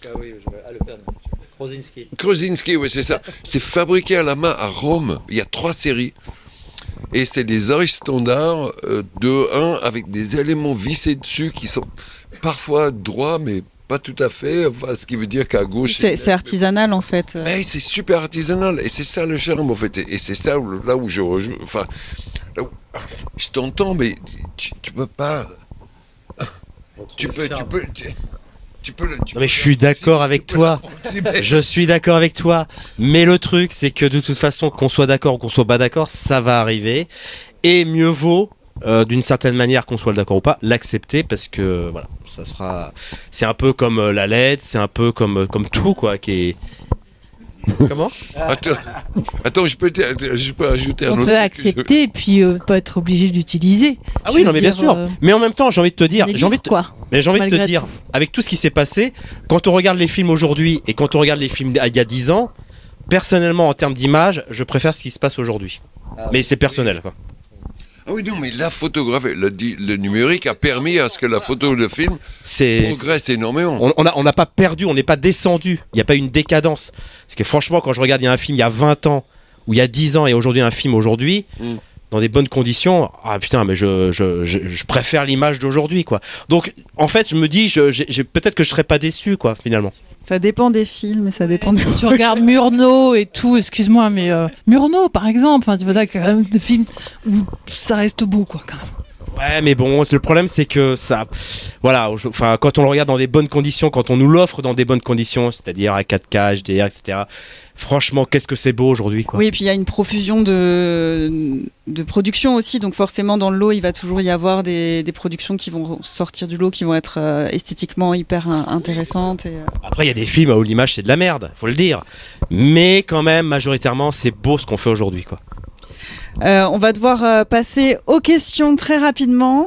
Krosinski. Krosinski, oui, c'est ça. C'est fabriqué à la main à Rome. Il y a trois séries. Et c'est des Zeiss standards euh, de un avec des éléments vissés dessus qui sont parfois droits, mais pas tout à fait. Enfin, ce qui veut dire qu'à gauche. C'est, c'est artisanal en fait. Mais c'est super artisanal. Et c'est ça le charme, en fait. Et c'est ça où, là où je rejoue. Enfin, là où, je t'entends, mais tu, tu peux pas. Tu peux, tu peux, tu, tu peux, tu Non, mais je suis d'accord avec toi. Je suis d'accord avec toi. Mais le truc, c'est que de toute façon, qu'on soit d'accord ou qu'on soit pas d'accord, ça va arriver. Et mieux vaut, euh, d'une certaine manière, qu'on soit d'accord ou pas, l'accepter parce que voilà, ça sera. C'est un peu comme euh, la L E D, c'est un peu comme comme tout quoi, qui est. Comment ? Attends, attends, je peux, je peux ajouter un On autre peut truc. accepter et puis euh, pas être obligé d'utiliser. Ah Je oui, veux non mais bien dire, sûr. euh, Mais en même temps, j'ai envie de te dire, les j'ai envie livres, de te... quoi. Mais j'ai envie de te Malgré dire, tout. avec tout ce qui s'est passé, quand on regarde les films aujourd'hui et quand on regarde les films il y a dix ans, personnellement, en termes d'image, je préfère ce qui se passe aujourd'hui. Mais c'est personnel, quoi. Ah oui, non, mais la photographie, le, di- le numérique a permis à ce que la photo de film C'est... progresse énormément. On on a- on n'a pas perdu, on n'est pas descendu. Il n'y a pas une décadence. Parce que franchement, quand je regarde il y a un film il y a vingt ans, ou il y a dix ans, et aujourd'hui un film aujourd'hui, Mm. dans des bonnes conditions, ah putain, mais je, je, je, je préfère l'image d'aujourd'hui, quoi. Donc, en fait, je me dis, je, j'ai, j'ai- peut-être que je serais pas déçu, quoi, finalement. Ça dépend des films et ça dépend des. Tu regardes Murnau et tout, excuse-moi, mais euh, Murnau par exemple, enfin, tu vois, quand même des films où ça reste beau, quoi, quand même. Ouais, mais bon, le problème, c'est que ça. Voilà, je- enfin, quand on le regarde dans des bonnes conditions, quand on nous l'offre dans des bonnes conditions, c'est-à-dire à quatre K, H D R, et cetera, franchement, qu'est-ce que c'est beau aujourd'hui, quoi. Oui, et puis il y a une profusion de, de production aussi, donc forcément dans le lot, il va toujours y avoir des, des productions qui vont sortir du lot, qui vont être euh, esthétiquement hyper in- intéressantes. Et, euh, Après, il y a des films où l'image, c'est de la merde, faut le dire. Mais quand même, majoritairement, c'est beau ce qu'on fait aujourd'hui, quoi. Euh, on va devoir euh, passer aux questions très rapidement.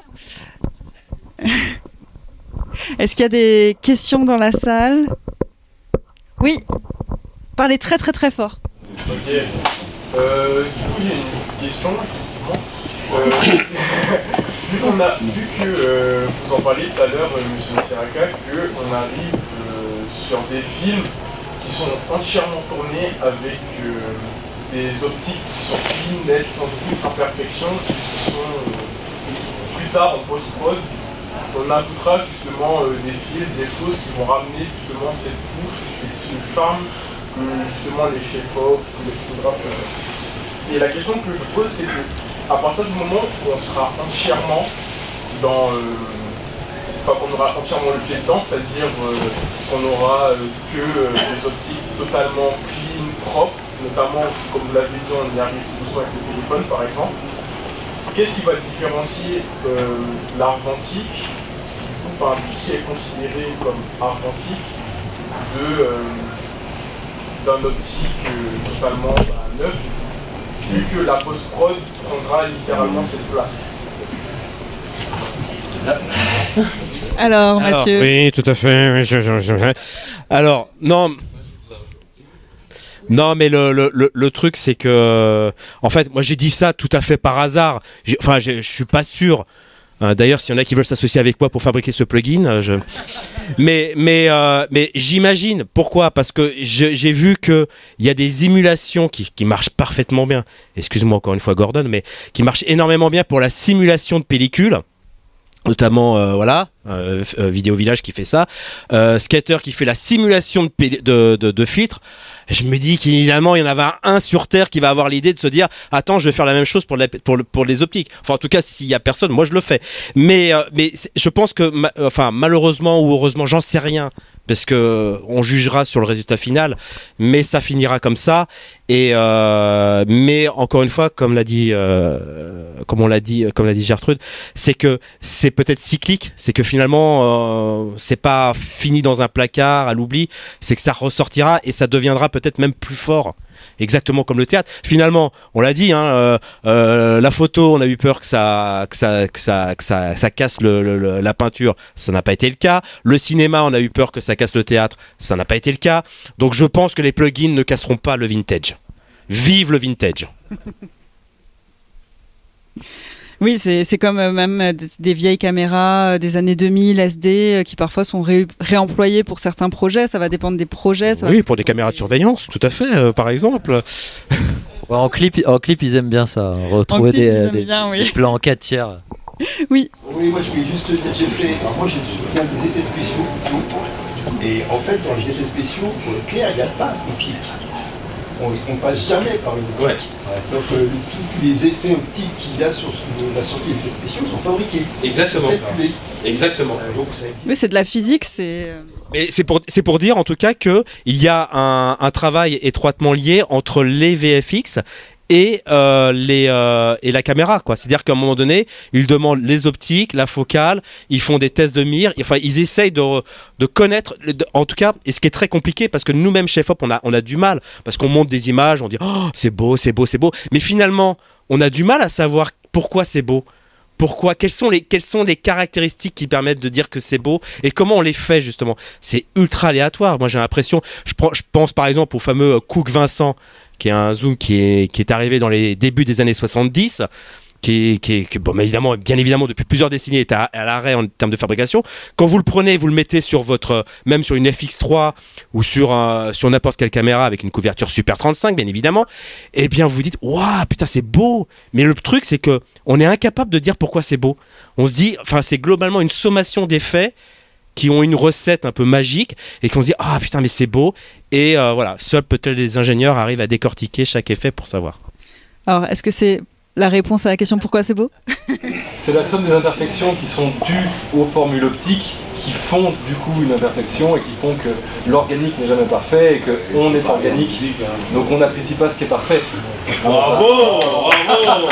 Est-ce qu'il y a des questions dans la salle ? Oui, parlez très très très fort. Ok. Euh, du coup, j'ai une question, effectivement. Euh, vu, qu'on a, vu que euh, vous en parliez tout à l'heure, euh, monsieur Seraka, qu'on arrive euh, sur des films qui sont entièrement tournés avec euh, des optiques qui sont clean, nettes, sans aucune imperfection, qui sont euh, plus tard en post-prod. On ajoutera justement euh, des fils, des choses qui vont ramener justement cette touche et ce charme que justement les chefs-op, les photographes. Euh. Et la question que je pose, c'est que à partir du moment où on sera entièrement dans, euh, enfin qu'on aura entièrement le pied dedans, c'est-à-dire euh, qu'on aura euh, que euh, des optiques totalement clean, propres, notamment comme vous l'avez dit, on y arrive tout doucement avec le téléphone par exemple. Qu'est-ce qui va différencier euh, l'argentique, du coup, enfin tout ce qui est considéré comme argentique, de euh, d'un optique euh, totalement bah, neuf, vu que la post-prod prendra littéralement cette place. Alors, Mathieu. Oui, tout à fait. oui, je- je- je- Alors, non. Non, mais le, le, le, le truc, c'est que. En fait, moi, j'ai dit ça tout à fait par hasard. J'ai- Enfin, j'ai- je suis pas sûr. Euh, D'ailleurs, s'il y en a qui veulent s'associer avec moi pour fabriquer ce plugin, euh, je... mais, mais, euh, mais j'imagine. Pourquoi ? Parce que je- j'ai vu qu'il y a des émulations qui, qui marchent parfaitement bien. Excuse-moi encore une fois, Gordon, mais qui marchent énormément bien pour la simulation de pellicule. notamment euh, voilà euh, euh, Vidéo Village qui fait ça, euh, Skater qui fait la simulation de, p- de, de, de filtres. Je me dis qu'évidemment il y en avait un sur Terre qui va avoir l'idée de se dire attends, je vais faire la même chose pour, la, pour, le, pour les optiques. Enfin en tout cas s'il y a personne, moi je le fais. Mais, euh, mais je pense que ma, enfin malheureusement ou heureusement, j'en sais rien, parce que on jugera sur le résultat final, mais ça finira comme ça. Et euh, mais encore une fois, comme l'a dit, euh, comme on l'a dit, comme l'a dit Gertrude, c'est que c'est peut-être cyclique, c'est que finalement, euh, c'est pas fini dans un placard à l'oubli, c'est que ça ressortira et ça deviendra peut-être même plus fort. Exactement comme le théâtre. Finalement, on l'a dit, hein, euh, euh, la photo, on a eu peur que ça, que ça, que ça, que ça, ça casse le, le, le, la peinture. Ça n'a pas été le cas. Le cinéma, on a eu peur que ça casse le théâtre. Ça n'a pas été le cas. Donc, je pense que les plugins ne casseront pas le vintage. Vive le vintage. Oui, c'est, c'est comme euh, même des, des vieilles caméras euh, des années deux mille S D euh, qui parfois sont ré, réemployées pour certains projets. Ça va dépendre des projets. Ça oui, va... pour des caméras de surveillance, tout à fait, euh, par exemple. Ouais, en, clip, en clip, ils aiment bien ça, retrouver clip, des, ils aiment des, bien, oui. des plans en quatre tiers. Oui. Oui, moi je voulais juste te dire, j'ai fait, alors moi j'ai bien des effets spéciaux, et en fait dans les effets spéciaux, pour être clair, il n'y a pas d'optique. On ne passe jamais par une optique. Ouais. Donc euh, tous les effets optiques qu'il y a sur ce- la sortie d'effets spéciaux sont fabriqués. Exactement. Calculés. Exactement. Euh, donc ça Oui, c'est de la physique. C'est. euh, Mais c'est pour, c'est pour dire en tout cas qu'il y a un, un travail étroitement lié entre les V F X et, euh, les, euh, et la caméra, quoi. C'est-à-dire qu'à un moment donné, ils demandent les optiques, la focale, ils font des tests de mire, enfin ils essayent de, de connaître, de- en tout cas, et ce qui est très compliqué, parce que nous-mêmes chez F O P, on a, on a du mal, parce qu'on monte des images, on dit oh, c'est beau, c'est beau, c'est beau, mais finalement, on a du mal à savoir pourquoi c'est beau. Pourquoi quelles sont, les, quelles sont les caractéristiques qui permettent de dire que c'est beau et comment on les fait justement. C'est ultra aléatoire. Moi j'ai l'impression, je, prends, je pense par exemple au fameux Cook Vincent, qui est un zoom qui est, qui est arrivé dans les débuts des années soixante-dix, qui est, qui est qui, bon, mais évidemment, bien évidemment depuis plusieurs décennies est à, à l'arrêt en termes de fabrication. Quand vous le prenez, vous le mettez sur votre, même sur une F X trois ou sur, un, sur n'importe quelle caméra avec une couverture Super trente-cinq bien évidemment, et bien vous vous dites waouh putain c'est beau. Mais le truc c'est que on est incapable de dire pourquoi c'est beau. On se dit, enfin c'est globalement une sommation d'effets qui ont une recette un peu magique et qu'on se dit ah putain mais c'est beau, et euh, voilà, seuls peut-être les ingénieurs arrivent à décortiquer chaque effet pour savoir. Alors, est-ce que c'est la réponse à la question pourquoi c'est beau? C'est la somme des imperfections qui sont dues aux formules optiques qui font du coup une imperfection et qui font que l'organique n'est jamais parfait et qu'on est organique, donc on n'apprécie pas ce qui est parfait. Bravo, bravo.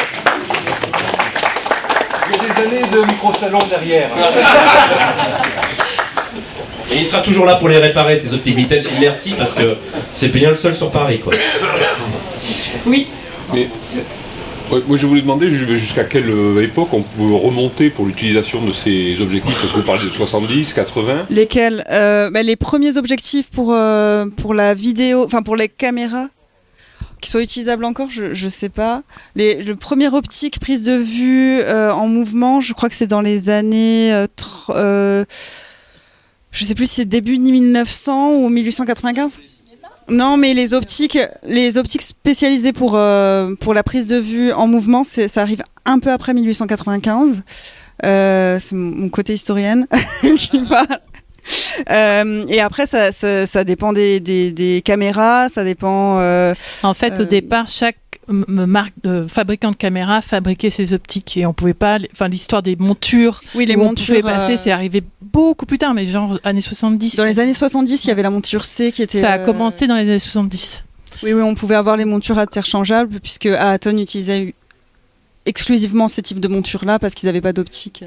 Il y a des années de micro-salon derrière. Et il sera toujours là pour les réparer, ces optiques vintage. Et merci, parce que c'est bien le seul sur Paris, quoi. Oui. Mais, ouais, moi je voulais demander jusqu'à quelle euh, époque on pouvait remonter pour l'utilisation de ces objectifs, parce que vous parlez de soixante-dix, quatre-vingts. Lesquels euh, bah, les premiers objectifs pour, euh, pour la vidéo, enfin pour les caméras qui soient utilisables encore, je, je sais pas. Les, le premier optique prise de vue euh, en mouvement, je crois que c'est dans les années euh, tr- euh, je sais plus si c'est début mille neuf cents ou mille huit cent quatre-vingt-quinze. Non, mais les optiques, les optiques spécialisées pour, euh, pour la prise de vue en mouvement, c'est, ça arrive un peu après mille huit cent quatre-vingt-quinze. Euh, c'est mon côté historienne qui parle. Euh, et après, ça, ça, ça dépend des, des, des caméras, ça dépend. Euh, En fait, Euh, au départ, chaque m- marque de fabricant de caméras fabriquait ses optiques et on pouvait pas. Enfin, l'histoire des montures, oui, les où on montures. pouvait passer, euh, c'est arrivé beaucoup plus tard, mais genre années soixante-dix. Dans les années soixante-dix, il y avait la monture C qui était. Ça a euh, commencé dans les années soixante-dix. Oui, oui, on pouvait avoir les montures interchangeables puisque Aaton utilisait exclusivement ces types de montures-là parce qu'ils n'avaient pas d'optique.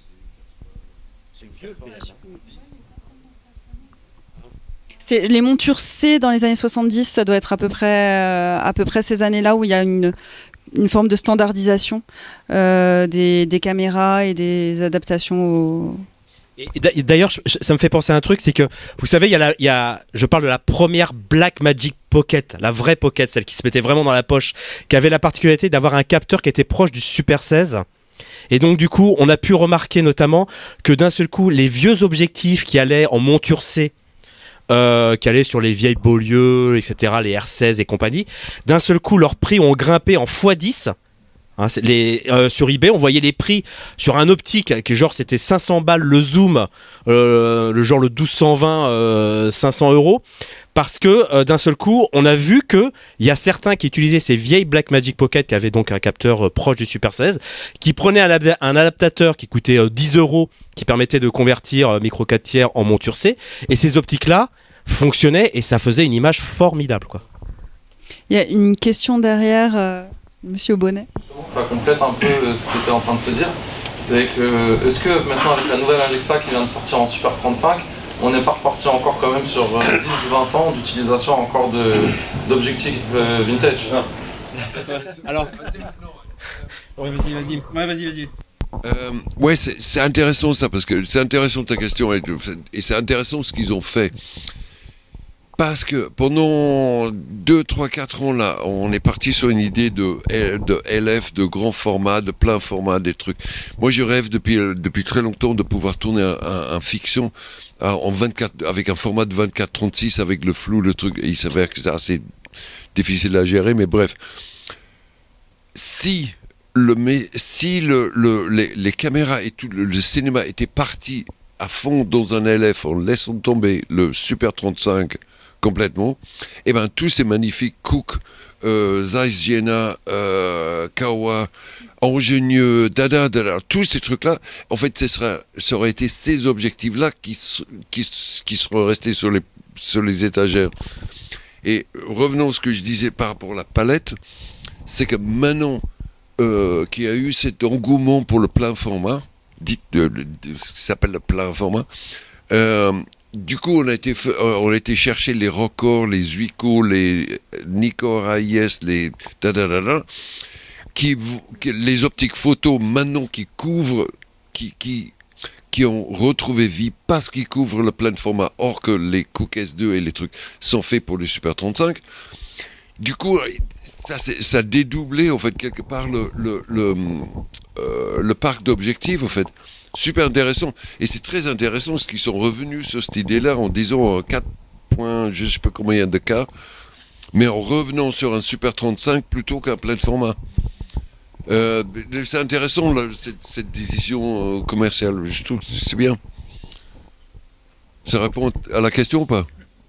C'est les montures C dans les années soixante-dix, ça doit être à peu près, euh, à peu près ces années-là où il y a une, une forme de standardisation euh, des, des caméras et des adaptations au... Et d'a- D'ailleurs, je- je- ça me fait penser à un truc, c'est que, vous savez, il y a la, il y a, je parle de la première Blackmagic Pocket, la vraie Pocket, celle qui se mettait vraiment dans la poche, qui avait la particularité d'avoir un capteur qui était proche du Super seize. Et donc, du coup, on a pu remarquer notamment que d'un seul coup, les vieux objectifs qui allaient en monture C, euh, qui allaient sur les vieilles Beaulieu, et cetera, les R seize et compagnie, d'un seul coup, leurs prix ont grimpé en fois dix. Hein, les, euh, sur eBay, on voyait les prix sur un optique qui genre c'était cinq cents balles le zoom, euh, le genre le douze cent vingt, euh, cinq cents euros. Parce que euh, d'un seul coup, on a vu que il y a certains qui utilisaient ces vieilles Blackmagic Pocket qui avaient donc un capteur euh, proche du Super seize, qui prenaient un, ad- un adaptateur qui coûtait euh, dix euros, qui permettait de convertir euh, micro quatre tiers en monture C, et ces optiques-là fonctionnaient et ça faisait une image formidable, quoi. Il y a une question derrière, euh, Monsieur Bonnet. Ça complète un peu euh, ce qui était en train de se dire. C'est que, est-ce que maintenant avec la nouvelle Alexa qui vient de sortir en Super trente-cinq, on n'est pas reparti encore quand même sur euh, dix vingt ans d'utilisation encore de, d'objectifs euh, vintage? Alors, ouais, vas-y, vas-y, ouais, vas-y, vas-y. Euh, ouais, c'est, c'est intéressant ça, parce que c'est intéressant ta question, et, et c'est intéressant ce qu'ils ont fait. Parce que pendant deux, trois, quatre ans, là, on est parti sur une idée de, de L F, de grand format, de plein format, des trucs. Moi, je rêve depuis, depuis très longtemps de pouvoir tourner un, un, un fiction en vingt-quatre, avec un format de vingt-quatre trente-six, avec le flou, le truc. Et il s'avère que c'est assez difficile à gérer, mais bref. Si, le, si le, le, les, les caméras et tout le, le cinéma étaient partis à fond dans un L F en laissant tomber le Super trente-cinq complètement, et ben tous ces magnifiques Cooke, euh, Zeiss Jena, euh, Kawa, Ingenieux, Dada, Dada, tous ces trucs-là, en fait, ce sera, ça aurait été ces objectifs-là qui, qui, qui seraient restés sur les, sur les étagères. Et revenons à ce que je disais par rapport à la palette, c'est que maintenant euh, qu'il y a eu cet engouement pour le plein format, dit, de, de, de, ce qui s'appelle le plein format, euh, du coup, on a été, on a été chercher les Rokkor, les Zuiko, les Nikkor A I S, les dadadada, qui, qui, les optiques photo maintenant qui couvrent, qui, qui, qui ont retrouvé vie parce qu'ils couvrent le plein format, or que les Cooke S deux et les trucs sont faits pour le Super trente-cinq. Du coup, ça, ça a dédoublé en fait quelque part le, le, le, euh, le parc d'objectifs en fait. Super intéressant, et c'est très intéressant ce qu'ils sont revenus sur cette idée-là en disant quatre points, je ne sais pas combien de cas, mais en revenant sur un Super trente-cinq plutôt qu'un plein format. Euh, c'est intéressant là, cette, cette décision euh, commerciale, je trouve que c'est bien. Ça répond à la question ou pas?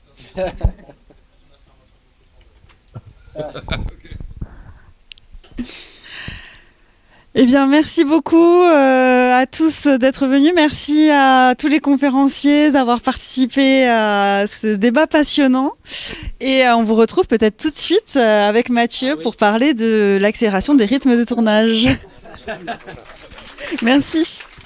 Eh bien, merci beaucoup euh, à tous d'être venus. Merci à tous les conférenciers d'avoir participé à ce débat passionnant. Et euh, on vous retrouve peut-être tout de suite euh, avec Mathieu pour parler de l'accélération des rythmes de tournage. Merci.